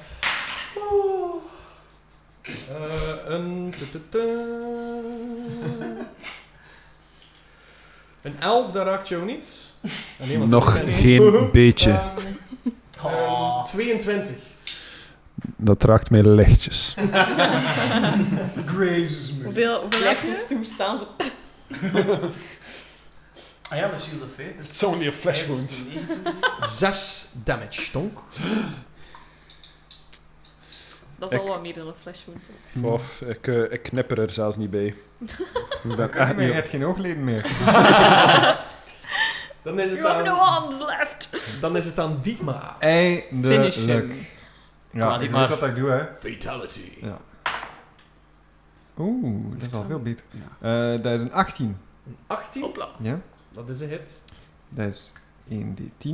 Een 11, dat raakt jou niet. Ah, nee, want Nog dat is geen beetje. 22. Dat raakt mij lichtjes. Grazes me. Hoeveel Blijft heb zo je? stoer staan, zo... Ah ja, misschien dat feit. Het is only a flesh wound. 6 damage, Tonk. Dat is al Ik- wat meer dan een flashwound. Oh, ik knipper er zelfs niet bij. Ik ben Je echt niet... hebt geen oogleden meer. Dan is het You have no aan, arms left! dan is het aan Dietmar. Eindelijk. Finish him. Ja, dit ik maar. weet wat ik doe, hè. Fatality. Ja. Oeh, dat is al veel beter. Ja. Dat is een 18. 18. Hopla. Ja. Dat is een hit. Dat is 1d10.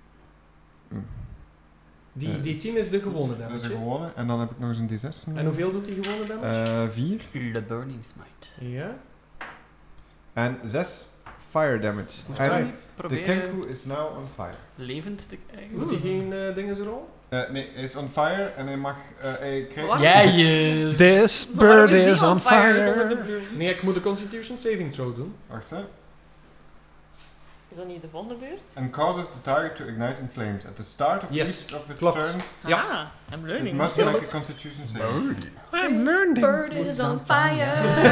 Die D10 is de gewone Dat is damage. een hè? gewone. En dan heb ik nog eens een d6. En hoeveel doet die gewone damage? 4. The Burning Smite. Ja. En 6 fire damage. Moest En je Right. niet de proberen Kenku is now on fire. levend te krijgen? Moet hij geen dingen zo rollen? Nee, hij is on fire en hij mag... hij krijgt... Wat? Jij is... This Maar waarom bird die is on zonder fire. de blue? Nee, ik moet de Constitution saving throw doen. Wacht, hè. Is dat niet de volgende beurt? And causes the target to ignite in flames. At the start of Yes, each of its klopt. turn, Ja. Ah, I'm it learning. must Ja, make a dat- constitution saving. I'm learning. Bird is on fire!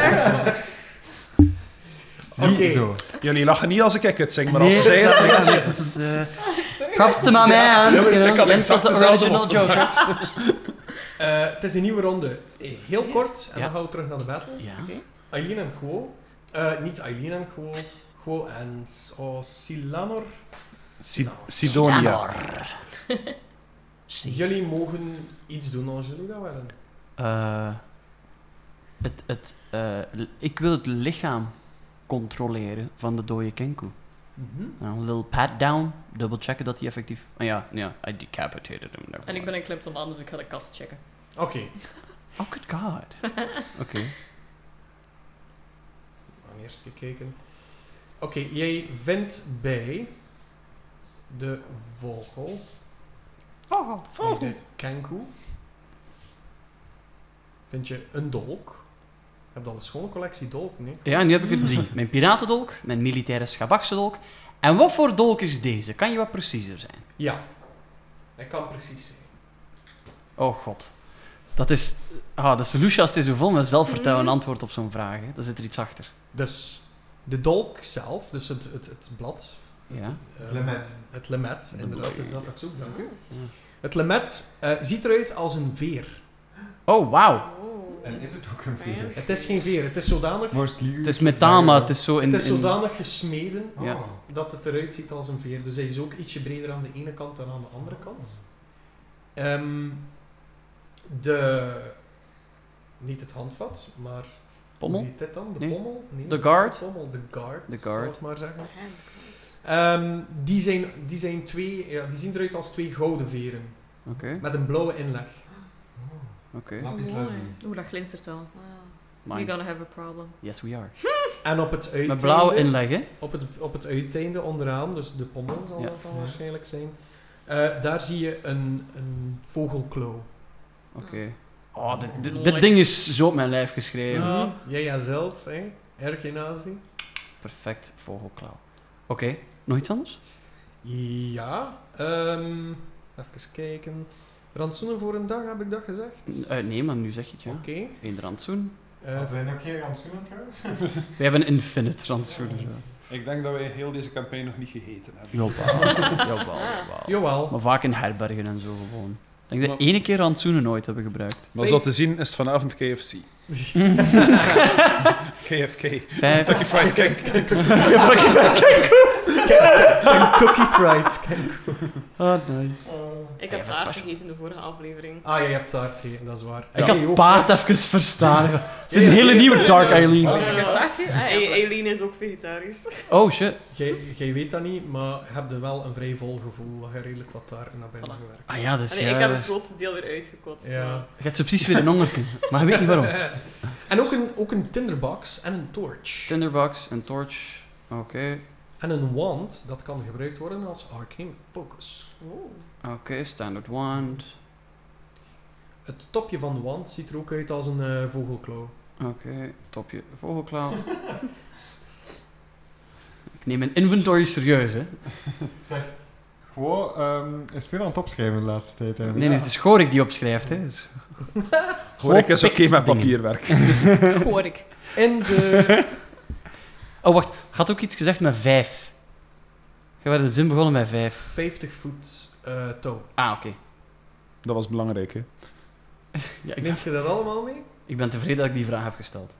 Oké. Zo. Jullie lachen niet als ik het zing, maar als zij het zingt... Props to my man. Ja, maar You ik know, had Vince exact was the dezelfde original Joker. opgemaakt. Het is een nieuwe ronde. Heel kort, en Ja. dan gaan we terug naar de battle. Ja. Eileen en Guo. Niet Eileen en Guo. Guo en Silanor. Sidonia. Jullie mogen iets doen als jullie dat willen. Ik wil het lichaam controleren van de dode Kenku. Mhm. Een little pat down, double checken dat hij effectief... ja, I decapitated him. En ik ben een kleptomaan, dus ik ga de kast checken. Oké. Oh, good god. Oké. Eerst gekeken. Oké, jij vindt bij de vogel... Bij de Kenku vind je een dolk. Je hebt al een schone collectie dolken, nee? Ja, nu heb ik er 3. Mijn piratendolk, mijn militaire schabakse dolk. En wat voor dolk is deze? Kan je wat preciezer zijn? Ja. Dat kan precies zijn. Oh god. Dat is... de Solutions is zo vol met zelfvertrouwen antwoord op zo'n vraag. Hè. Daar zit er iets achter. Dus de dolk zelf, dus het blad... Ja. Lemet. Het lemet, inderdaad, is dat ook zoek, dank u. Ja. Het lemet ziet eruit als een veer. Oh, wauw. Oh. En is het ook een veer? Het is geen veer, het is zodanig, Het is metaal, maar het is zo in... het is zodanig gesmeden Ja. Oh. dat het eruit ziet als een veer. Dus hij is ook ietsje breder aan de ene kant dan aan de andere kant. Niet het handvat, maar... Pommel? Hoe heet dit dan? De Nee. pommel? Nee, De niet guard? De pommel, de guard, De zal guard. ik maar zeggen. Die zijn twee... Ja, die zien eruit als twee gouden veren. Oké, Met een blauwe inleg. oké. Lapis Mooi. lazuli. Oeh, dat glinstert wel. Mine. We're gonna have a problem. Yes, we are. En op het uiteinde... Met blauwe inleg, hè? Op het uiteinde onderaan, dus de pommel zal Ja. dat dan waarschijnlijk zijn. Daar zie je een vogelklauw. Oké. Oh, dit Nice. ding is zo op mijn lijf geschreven. Ja. Ja, zelfs, hè. Erg geen aanzien. Perfect, vogelklauw. Oké, nog iets anders? Ja, even kijken. Rantsoenen voor een dag, heb ik dat gezegd? Nee, maar nu zeg je het, ja. Oké. Eén rantsoen. Hadden wij nog geen rantsoenen trouwens? We hebben een infinite rantsoen. Ik denk dat wij heel deze campagne nog niet gegeten hebben. Jawel, jawel. Jawel. Maar vaak in herbergen en zo gewoon. Ik denk dat we 1 keer rantsoenen nooit hebben gebruikt. Maar zo te zien is het vanavond KFC. KFK. 5. Kentucky Fried Cake. Een cookie fried. Oh, nice. Ik Ja, heb dat is taart special. gegeten in de vorige aflevering. Ah, je hebt taart gegeten, dat is waar. Ik Jij had ook. paard even verstaan. Het is een hele nieuwe Dark Eileen. Je hebt taart gegeten? Ah, ja. Eileen is ook vegetarisch. Oh shit. Jij weet dat niet, maar je hebt wel een vrij vol gevoel. Dat je redelijk wat taart naar binnen Voilà. gewerkt. Ah ja, dat is Allee, ik heb het juist. grootste deel weer uitgekotst. Ja. Je hebt zo precies weer een hongerke. Maar je weet niet waarom. En ook een tinderbox en een torch. Tinderbox, een torch. Oké. En een wand, dat kan gebruikt worden als arcane focus. Oh. Oké, standard wand. Het topje van de wand ziet er ook uit als een vogelklauw. Oké, topje vogelklauw. Ik neem mijn inventory serieus, hè. Gewoon, is veel aan het opschrijven de laatste tijd. Hè. Nee, het is Gorik die opschrijft, hè. Dus... Hoor ik is oké pikt met dingen. papierwerk. Hoor ik. In de... Oh, wacht. Je had ook iets gezegd met 5. Je werd de zin begonnen met 5. 50 voet touw. Ah, oké. Dat was belangrijk, hè. Ja, Neemt je dat allemaal mee? ik ben tevreden dat ik die vraag heb gesteld.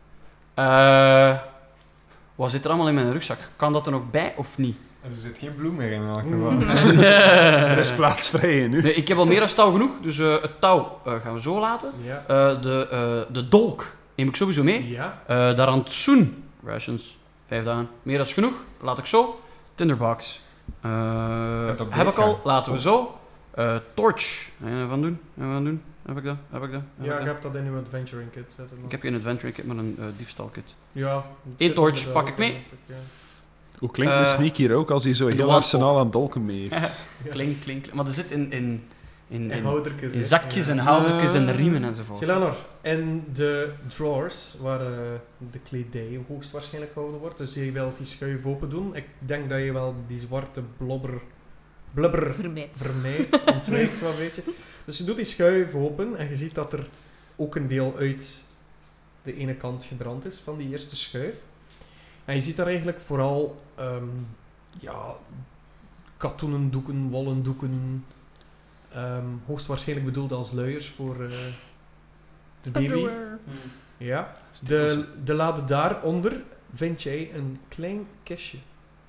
Wat zit er allemaal in mijn rugzak? Kan dat er nog bij of niet? Er zit geen bloem meer in elk geval. Er is plaats vrij in, nu. Nee, ik heb al meer dan touw genoeg, dus het touw gaan we zo laten. Ja. De dolk neem ik sowieso mee. Ja. De rantsoen, rations, 5 dagen. Meer dan genoeg, laat ik zo. Tinderbox. hebt ook Heb ik al, beetgaan. laten we zo. Torch, van doen, van doen. Heb ik dat? Ja, je hebt dat in uw adventuring kit zetten. Ik heb hier een adventure kit met een diefstalkit. Ja. het Eén zit torch er pak ik mee. Ja. Hoe klinkt de sneak hier ook als hij zo de heel wand arsenaal aan dolken mee heeft? Klink. Maar er zit in houdertjes, hè. zakjes Ja. en houdertjes en riemen enzovoort. Silanor, in de drawers waar de kledij hoogstwaarschijnlijk gehouden wordt, dus je wilt die schuif open doen. Ik denk dat je wel die zwarte blubber Vermijd. vermijdt, ontwijkt wel een beetje. Dus je doet die schuif open en je ziet dat er ook een deel uit de ene kant gebrand is van die eerste schuif. En je ziet daar eigenlijk vooral katoenen doeken, wollen doeken, hoogstwaarschijnlijk bedoeld als luiers voor de baby. Ja. De lade daaronder vind jij een klein kistje.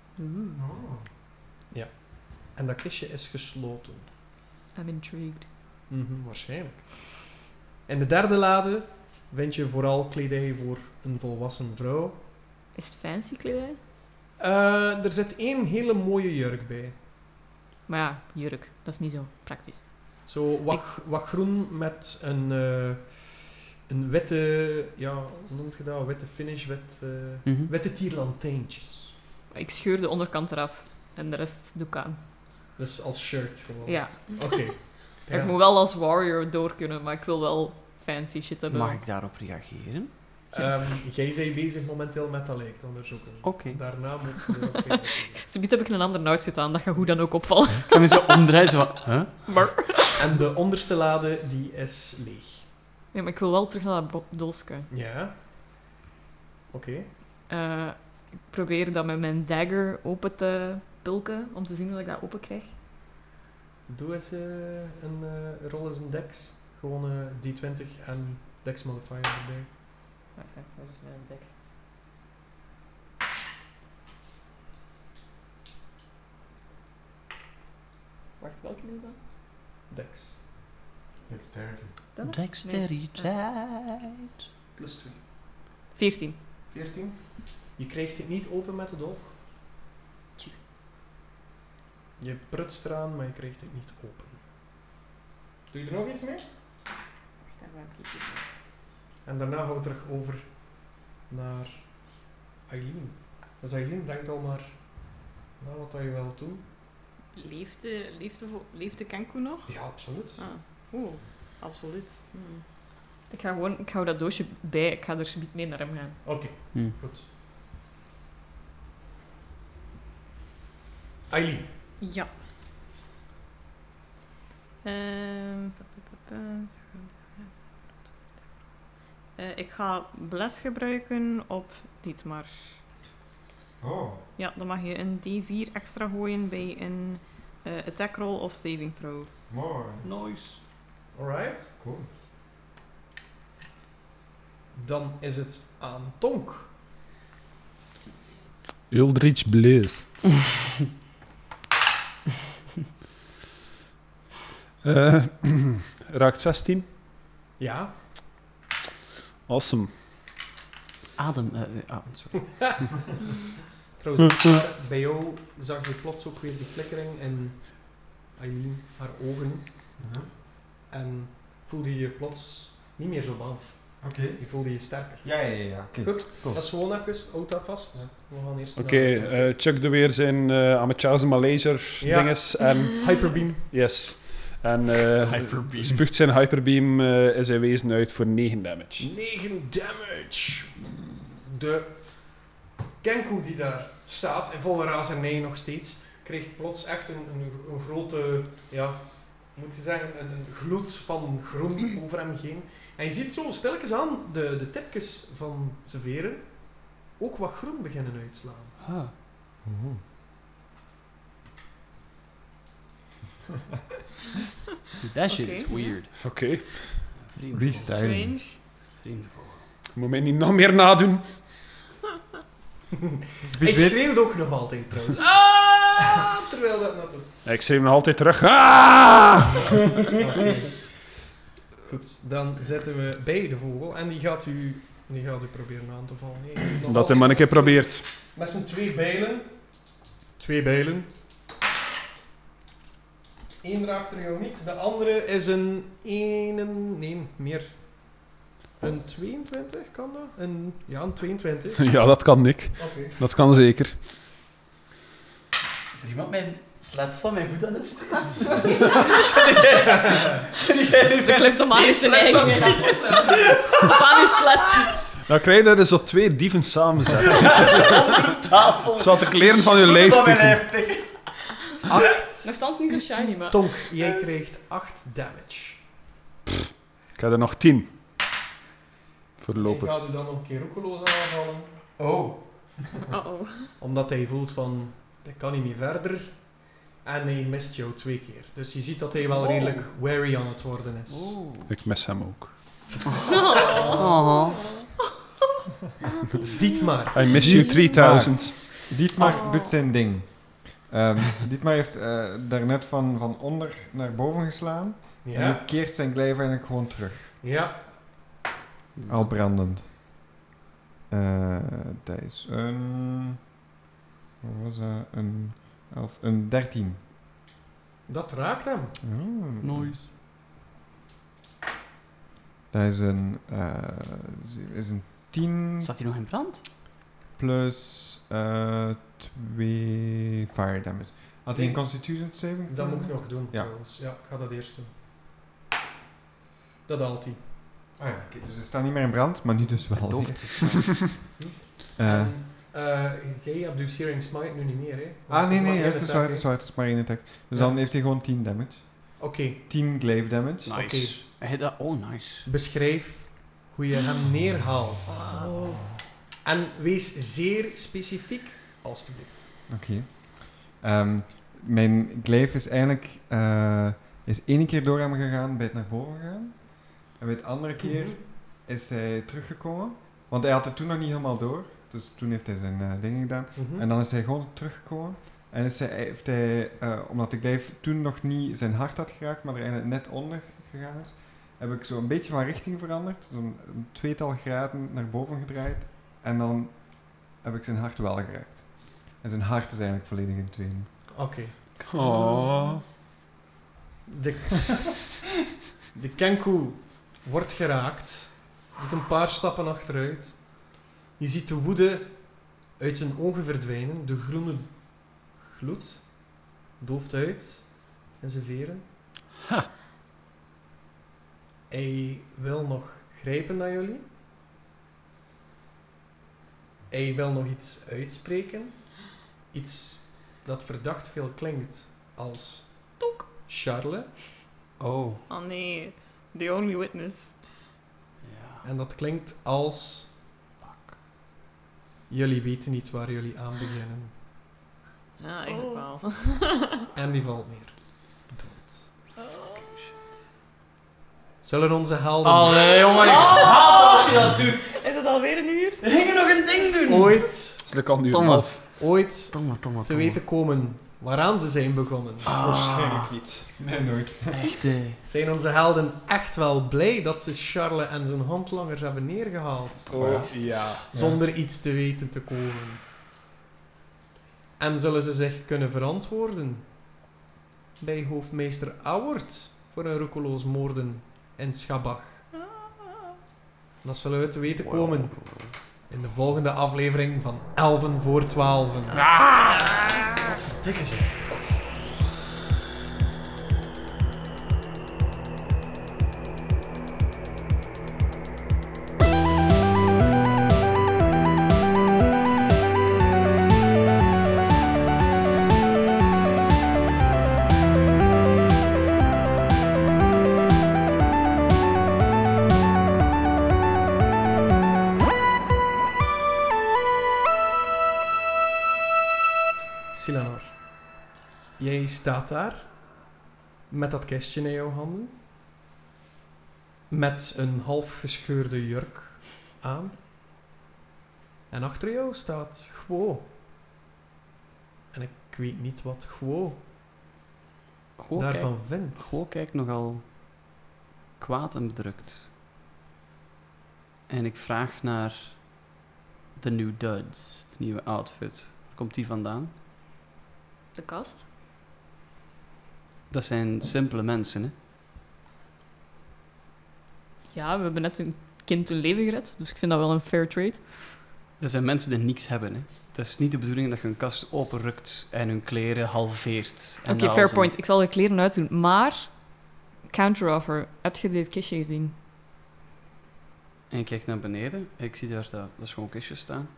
Ja. En dat kistje is gesloten. I'm intrigued. Waarschijnlijk. In de derde lade vind je vooral kledij voor een volwassen vrouw. Is het fancy kledij? Er zit 1 hele mooie jurk bij. Maar ja, jurk. Dat is niet zo praktisch. Zo wat groen met een witte... Ja, hoe noemt je dat? Witte finish, witte tierlantijntjes. Ik scheur de onderkant eraf. En de rest doe ik aan. Dus als shirt gewoon. Ja. Oké. Ik moet wel als warrior door kunnen, maar ik wil wel fancy shit hebben. Mag ik daarop reageren? Jij bent bezig momenteel met dat lijk te onderzoeken. Oké. Daarna moet je erop reageren. Zometeen heb ik een andere outfit aan, dat gaat hoe dan ook opvallen. Ik ga me zo omdraaien, zo van... Huh? Maar... En de onderste lade, die is leeg. Ja, maar ik wil wel terug naar dat doosje. Ja. Oké. Ik probeer dat met mijn dagger open te pulken, om te zien hoe ik dat open krijg. Doe eens een rol eens een dex. Gewoon D20 en dex modifier erbij. Wacht, hè. Waar is mijn dex? Wacht, welke is dat? Dex. Dexterity. Dat? Dexteriteit. Plus 2. 14. 14. Je krijgt het niet open met de dolk. Je prutst eraan, maar je krijgt het niet open. Doe je er nog iets mee? Wacht, daar heb ik iets mee. En daarna gaan we terug over naar Eileen. Dus Eileen, denk al maar na wat dat je wel doet. Leeft de Kenku nog? Ja, absoluut. Absoluut. Ik hou dat doosje bij, ik ga er zometeen mee naar hem gaan. Oké, goed. Eileen. Ja. Ik ga Bless gebruiken op Dietmar. Oh. Ja, dan mag je een D4 extra gooien bij een attack roll of saving throw. Mooi. Nice. Alright. Cool. Dan is het aan Tonk. Uldrich Blist. Raakt 16. Ja. Awesome. Adem. Sorry. Trouwens, bij jou zag je plots ook weer die flikkering in Eileen, haar ogen. En voelde je plots niet meer zo bang. Oké. Je voelde je sterker. Ja. Oké. Goed, Cool. dat is gewoon even, houd dat vast. Ja. We gaan eerst Oké, Chuck doet weer zijn Amachazma laser Ja. dinges. En, Hyperbeam. yes. En Hyperbeam. spuugt zijn hyperbeam in zijn wezen uit voor 9 damage. 9 damage. De Kenku die daar staat, in volle razernij nog steeds, krijgt plots echt een grote, ja, moet je zeggen, een gloed van groen over hem heen. En je ziet zo stilletjes aan de tipjes van zijn veren ook wat groen beginnen uitslaan. Dude, that shit is Oké. weird. Oké. Restyling. Strange. Moet mij niet nog meer nadoen. Hij schreeuwt ook nog altijd trouwens. Terwijl dat net doet. Ik schreef nog altijd terug. Ah! Oké. Goed, dan zetten we bij de vogel en die gaat u proberen aan te vallen. Nee, Dat hij maar een keer probeert. met zijn 2 bijlen. 2 bijlen. Eén raakt er jou niet. De andere is een 1... Nee, meer. Een 22, kan dat? Een 22. Ja, dat kan Nick. Oké. Dat kan zeker. Is er iemand mijn slats van mijn voet aan het steken? De kleptomanische neiging. Tot aan uw slet. Dan krijg je dus zo 2 dieven samenzetten. Tafel. Zal de kleren van je lijf Van mijn pikken. lijf pikken. 8. Nogthans niet zo shiny, maar... Tonk, jij krijgt 8 damage. Ik heb er nog 10. Ik Voorlopig. ga u dan nog een keer roekeloos aanvallen. Oh. Uh-oh. Omdat hij voelt van, dat kan niet meer verder. En hij mist jou 2 keer. Dus je ziet dat hij wel redelijk wary aan het worden is. Ik mis hem ook. Oh. Dietmar. I miss you 3000. Dietmar doet zijn ding. Dietmar heeft daarnet van onder naar boven geslaan. En Ja. hij keert zijn glaive eigenlijk gewoon terug. Ja. Al brandend. Dat is een... Wat was dat? Een 11, een 13. Dat raakt hem. Oh. Nice. Dat is een 10 Staat hij nog in brand? plus 2 fire damage. Had hij een constitution saving? Dat moet ik nog doen, Ja. trouwens. Ja, ik ga dat eerst doen. Dat haalt hij. Ah ja, oké, dus het staat niet meer in brand, maar nu dus wel. Doft. En, jij hebt dus Searing Smite nu niet meer, hè? Want Ah, het nee, maar nee, één het is attack, waar, het is hè? waar. Het is maar 1 attack. Dus Ja. dan heeft hij gewoon 10 damage. Oké, 10 glaive damage. Nice. Oh, nice. beschrijf hoe je hem neerhaalt. En wees zeer specifiek, alstublieft. Oké. Mijn glaive is eigenlijk... is 1 keer door hem gegaan, bij het naar boven gegaan. En bij het andere keer is hij teruggekomen. Want hij had het toen nog niet helemaal door. Dus toen heeft hij zijn dingen gedaan. Mhm. En dan is hij gewoon teruggekomen. En heeft hij, omdat de glaive toen nog niet zijn hart had geraakt, maar er eigenlijk net onder gegaan is, heb ik zo een beetje van richting veranderd. Zo'n 2-tal graden naar boven gedraaid. En dan heb ik zijn hart wel geraakt. En zijn hart is eigenlijk volledig in tweeën. Oké. Oh. De Kenku wordt geraakt, doet een paar stappen achteruit. Je ziet de woede uit zijn ogen verdwijnen, de groene gloed dooft uit in zijn veren. Hij wil nog grijpen naar jullie. Hij wil nog iets uitspreken. Iets dat verdacht veel klinkt als Charles. Oh. Oh nee, the only witness. Ja. En dat klinkt als... Jullie weten niet waar jullie aan beginnen. Ja, eigenlijk wel. En die valt neer. Dood. Zullen onze helden Allee, jongen, ik haat als je dat doet. Is het alweer een uur? We gingen nog een ding doen. ooit, Dus dat kan nu Tomme. half. ooit Tomme. te weten komen waaraan ze zijn begonnen? Waarschijnlijk niet. Nee, nooit. Echt, hè. Zijn onze helden echt wel blij dat ze Charles en zijn handlangers hebben neergehaald? Oh, ja. Zonder iets te weten te komen. En zullen ze zich kunnen verantwoorden bij hoofdmeester Auwert voor een roekeloos moorden in Schabach? Dat zullen we te weten komen in de volgende aflevering van 11 voor 12. Wat verdikken ze? Silanor, jij staat daar met dat kistje in jouw handen, met een half gescheurde jurk aan. En achter jou staat Gwo. En ik weet niet wat Gwo daarvan vindt. Gewoon kijk nogal kwaad en bedrukt. En ik vraag naar de New Duds, de nieuwe outfit. Waar komt die vandaan? De kast? Dat zijn simpele mensen, hè? Ja, we hebben net een kind hun leven gered, dus ik vind dat wel een fair trade. Dat zijn mensen die niks hebben, hè? Het is niet de bedoeling dat je een kast openrukt en hun kleren halveert. En Oké, dat fair als een- point. Ik zal de kleren uitdoen. Maar, counteroffer. Heb je dit kistje gezien? En ik kijk naar beneden en ik zie daar dat schoon kistje staan.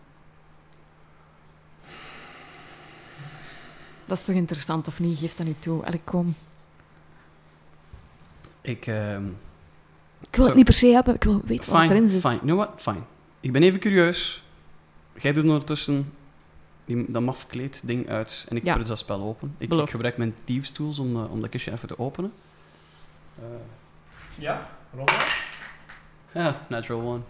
Dat is toch interessant, of niet? Geef dat niet toe. Allee, kom. Ik, Ik wil Zo. het niet per se hebben. Ik wil weten wat erin zit. Fine, you know what? Fine. Ik ben even curieus. Jij doet ondertussen dat maf kleed ding uit en ik Ja. prut dat spel open. Ik Beloofd. gebruik mijn thieves tools om dat kistje even te openen. Ja, Ronda? Ja, natural one.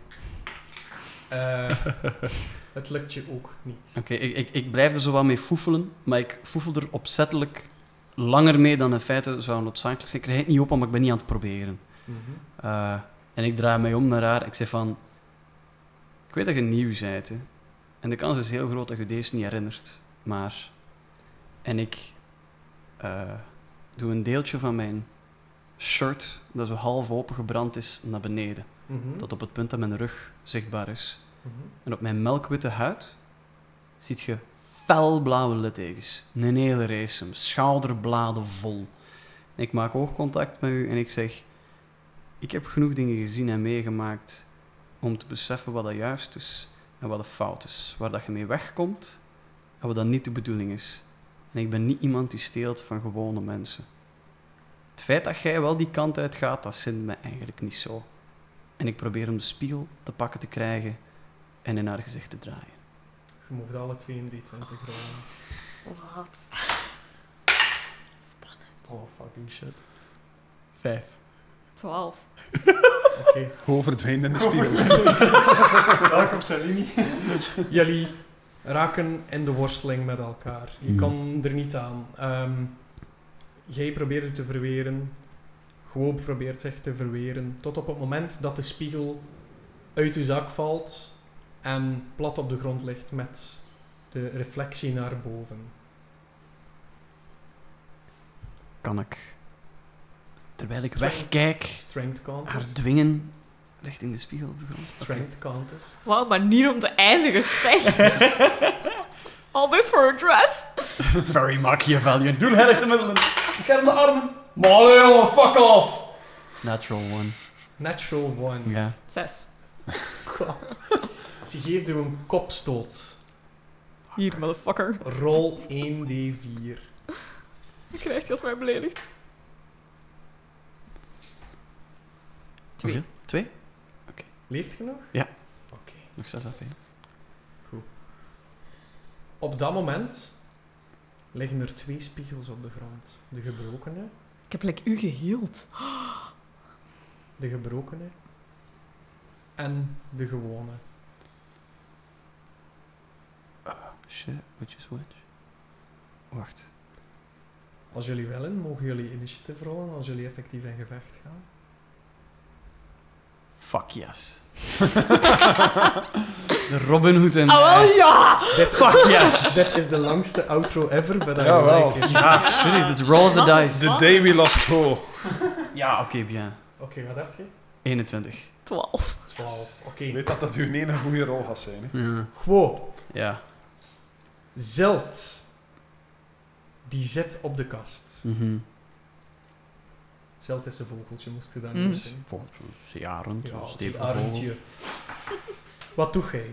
Het lukt je ook niet. Oké, ik blijf er zo wat mee foefelen, maar ik foefel er opzettelijk langer mee dan in feite zou noodzakelijk zijn. Ik krijg het niet open, maar ik ben niet aan het proberen. En ik draai mij om naar haar. Ik zeg van... Ik weet dat je nieuw bent, hè. En de kans is heel groot dat je deze niet herinnert. Maar... En ik doe een deeltje van mijn shirt, dat zo half opengebrand is, naar beneden. Tot op het punt dat mijn rug zichtbaar is. En op mijn melkwitte huid ziet je felblauwe littekens. Een hele race, schouderbladen vol. En ik maak oogcontact met u en ik zeg... Ik heb genoeg dingen gezien en meegemaakt om te beseffen wat dat juist is en wat dat fout is. Waar dat je mee wegkomt en wat dat niet de bedoeling is. En ik ben niet iemand die steelt van gewone mensen. Het feit dat jij wel die kant uit gaat, dat zint me eigenlijk niet zo. En ik probeer om de spiegel te pakken te krijgen en in haar gezicht te draaien. Je mocht alle 2 in D20 rollen. Wat? Spannend. Oh, fucking shit. 5. 12. Oké. Gewoon verdwijnen in de spiegel. Welkom, Salini. Jullie raken in de worsteling met elkaar. Je kan er niet aan. Jij probeert het te verweren. Gewoon probeert zich te verweren. Tot op het moment dat de spiegel uit uw zak valt en plat op de grond ligt met de reflectie naar boven. Kan ik, terwijl ik Strength- wegkijk, Strength haar contest. dwingen richting de spiegel op de grond? Strength contest. Wat een manier om te eindigen, zeg. All this for a dress? Very Machiavellian. Doe heilig de middelen. Scherm de armen. Maar jongen, fuck off. Natural 1. Natural 1. Ja. 6. God. Ze geeft u een kopstoot. Hier, motherfucker. Rol 1d4. Ik krijg je als mij beledigd. 2. Hoeveel? 2? Leeft je nog? Ja. Oké. Nog 6 AP. Op dat moment liggen er 2 spiegels op de grond. De gebrokene, Ik heb like u geheeld. de gebrokene en de gewone. Shit, which is which? Wacht. Als jullie willen, mogen jullie initiatief rollen als jullie effectief in gevecht gaan. Fuck yes. De Robin Hood en... Ah, wel ja! Fuck yes. Dit is de langste outro ever, but I Jawel. like it. Ja, sorry, dit is roll of the dice. The day we lost hope. Ja, oké, bien. Oké, wat heb je? 21. 12. 12. Oké. Ik weet dat uw enige goede rol gaat zijn. Hè. Ja. Gewoon. Ja. Zeld. Die zit op de kast. Zeld is een vogeltje, moest je dat niet weten. Volgens zeearend. Ja, stevige het vogel. arendje. Wat doe jij?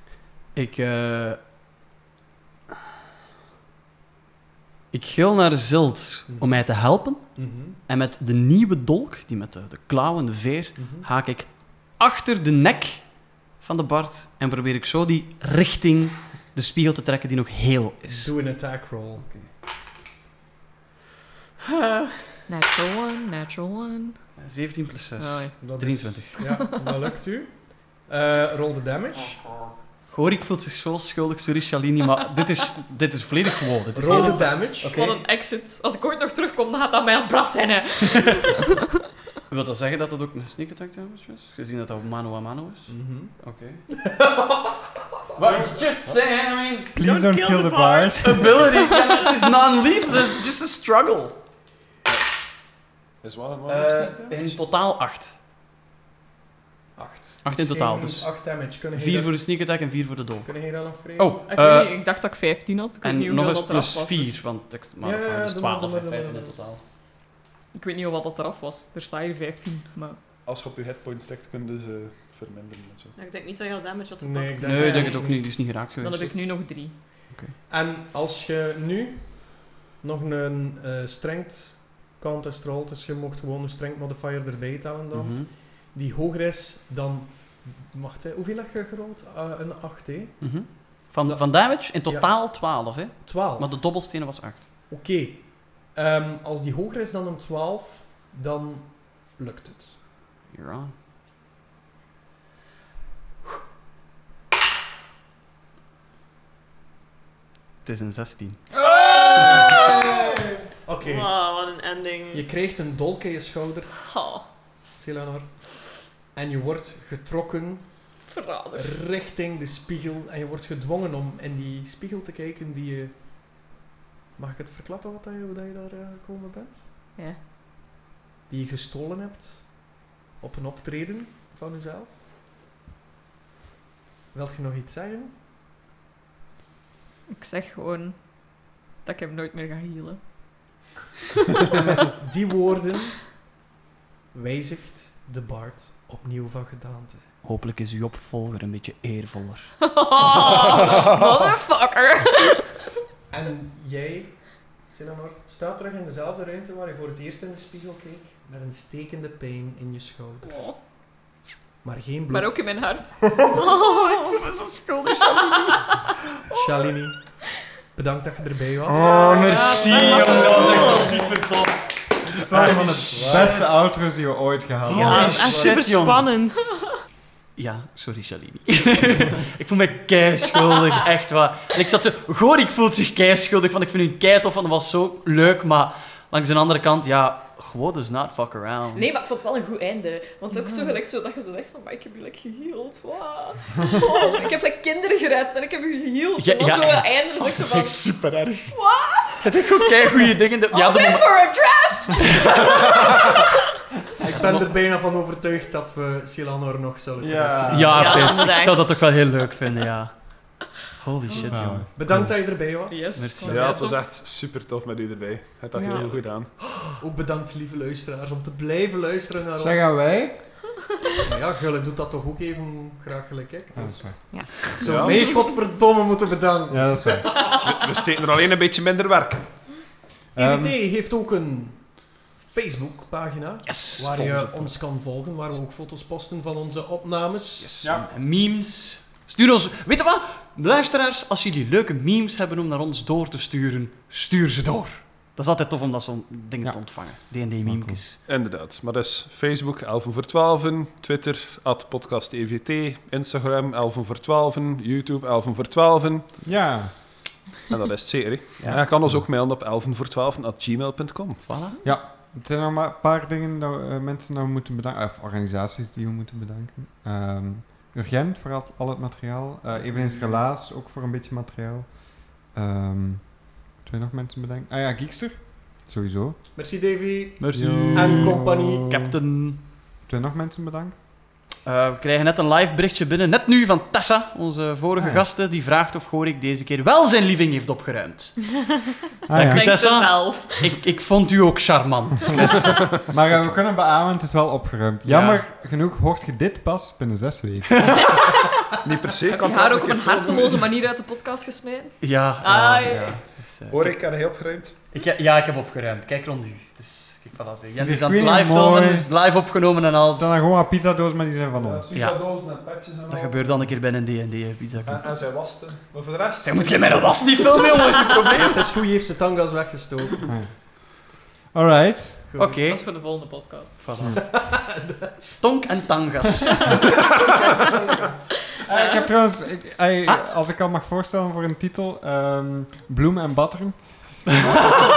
Ik gil naar Zilt om mij te helpen. En met de nieuwe dolk, die met de klauw en de veer, haak ik achter de nek van de Bard en probeer ik zo die richting de spiegel te trekken die nog heel is. Doe een attack roll. Natural 1, natural 1. 17 plus 6. Oh, ja. Dat 23. Is, ja, dat lukt u. Roll de damage. Gorik voelt zich zo schuldig, sorry Shalini, maar dit is volledig gewoon. Dit is Roll heel- de damage. Oké. Wat een exit. Als ik ooit nog terugkom, dan gaat dat mij een bras zijn, hè. Wil dat zeggen dat dat ook een sneak attack damage is? Gezien dat dat mano a mano is? Oké. But just saying, I mean... Please don't kill the bard. Ability, it is non-lethal, it's just a struggle. Is wat een In totaal 8. 8. 8 in totaal, dus 8 damage. Kunnen 4 voor de sneak attack en 4 voor de dolk. Kunnen jij dat nog krijgen? Oh, Ik weet niet, ik dacht dat ik 15 had. Ik weet niet en nog hoeveel eens dat eraf plus was. 4, want ik maar Ja, ja, dus doe maar, 12 doe maar, en doe 15 maar. in totaal. Ik weet niet wat dat eraf was. Er staat hier 15, maar... Als je op je hitpoint stikt, kun je ze verminderen met zo. Ja, ik denk niet dat je al damage had Nee, gepakt. ik denk- Nee, ik denk het ook niet, die is niet geraakt Dan geweest. heb ik nu nog 3. En als je nu nog een strength contest rolt, dus je mocht gewoon een strength modifier erbij tellen dan, Mhm. die hoger is dan... Wacht, hè, hoeveel heb je gerold? Een 8, hè? Mhm. Van damage in totaal 12, hè? 12. Maar de dobbelstenen was 8. Oké. Als die hoger is dan een 12, dan lukt het. You're on. Het is een 16. Oké. Wow, wat een ending. Je krijgt een dolk in je schouder, Oh. Selanor. En je wordt getrokken Verrader. richting de spiegel en je wordt gedwongen om in die spiegel te kijken die je... Mag ik het verklappen hoe dat je daar gekomen bent? Ja. Die je gestolen hebt op een optreden van jezelf? Wilt je nog iets zeggen? Ik zeg gewoon dat ik hem nooit meer ga healen. En met die woorden wijzigt de Bard opnieuw van gedaante. Hopelijk is uw opvolger een beetje eervoller. Motherfucker! En jij, Silanor, staat terug in dezelfde ruimte waar je voor het eerst in de spiegel keek, met een stekende pijn in je schouder. Oh. Maar geen bloed. Maar ook in mijn hart. Ik voel me zo schuldig, Shalini. Shalini, bedankt dat je erbij was. Oh, merci, jongen, dat was echt super tof. Dat is een van de beste outro's die we ooit gehad hebben. Ja, Ja, echt shit, super jong. spannend. Ja, sorry Shalini. Ik voel me keischuldig, echt waar. En ik zat zo... Gorik voelt zich keischuldig, want ik vind hun keitof en dat was zo leuk, maar langs de andere kant, ja... Gewoon does not fuck around. Nee, maar ik vond het wel een goed einde. Want ook zo gelijk zo dat je zo zegt van, maar ik heb je geheeld. Wow. Oh, ik heb kinderen gered en ik heb je geheeld. Ja, En dan ja, zo echt. einde Oh, zegt dat ze is van, echt super erg. Wat? Het is gewoon keigoeie dingen. all this for a dress! Ik ben er bijna van overtuigd dat we Silanor nog zullen Ja. terugzien. Ja, Ja, best. inderdaad. Ik zou dat toch wel heel leuk vinden, ja. Holy shit, Wow. jongen. Bedankt dat je erbij was. Yes. Merci. Ja, het was echt super tof met u erbij. Je hebt dat Ja. heel goed gedaan. Ook bedankt, lieve luisteraars, om te blijven luisteren naar ons. Zeggen wij? Maar ja, Gulle doet dat toch ook even graag gelijk ik. Ja, dat Dus. is waar. Zo, Ja. mee godverdomme moeten bedanken. Ja, dat is waar. We steken er alleen een beetje minder werk. EVT heeft ook een Facebookpagina Yes. waar volgens je het. ons kan volgen, waar we ook foto's posten van onze opnames. Yes. Ja. En memes. Stuur ons... Weet je wat? Luisteraars, als jullie leuke memes hebben om naar ons door te sturen, stuur ze door. Dat is altijd tof om dat zo'n dingen Ja. te ontvangen. D&D-memekes. Inderdaad. Maar dus Facebook 11 voor 12, Twitter @podcastevt, Instagram 11 voor 12, YouTube 11 voor 12. Ja. En dat is het zeker. Hè. Ja. En je kan ons ook mailen op 11voor12@gmail.com. Voilà. Ja. Het zijn nog maar een paar dingen dat mensen nou moeten bedanken, of organisaties die we moeten bedanken. Urgent voor al het materiaal. Eveneens Relaas, ook voor een beetje materiaal. Twee nog mensen bedanken. Ah ja, Geekster. Sowieso. Merci Davy. Merci. En compagnie. Captain. Twee nog mensen bedankt. We krijgen net een live berichtje binnen, net nu van Tessa, onze vorige Ah, ja. gasten, die vraagt of Gorik deze keer wel zijn living heeft opgeruimd. Ah, ja. Denk Tessa? zelf. Ik vond u ook charmant. Maar we kunnen beamen, het is wel opgeruimd. Jammer genoeg hoort je dit pas binnen 6 weken. Niet per se. Heb kan je het haar wel ook op een een keer harteloze manier uit de podcast gesmeten? Ja. Ah, ja. Het is, Hoor ik, heb je opgeruimd? ik heb opgeruimd. Kijk rond u. Het is, kijk, voilà, zeg. Jens Is is aan het het really live filmen, mooi? is live opgenomen en Er alles. staan dan gewoon wat pizzadoos, maar die zijn van ons. Pizzadozen en petjes en Dat gebeurt dan een keer bij een D&D pizza. En zij waste. Maar voor de rest... Zeg, moet jij mijn was niet filmen, jongen? Is het probleem? Het is goed, je heeft zijn tangas weggestoken. Ah, ja. Alright. Goed. Oké. Dat is voor de volgende podcast. Voilà. Tonk en tangas. Ik heb trouwens, als ik al mag voorstellen voor een titel, Bloem en Batteren.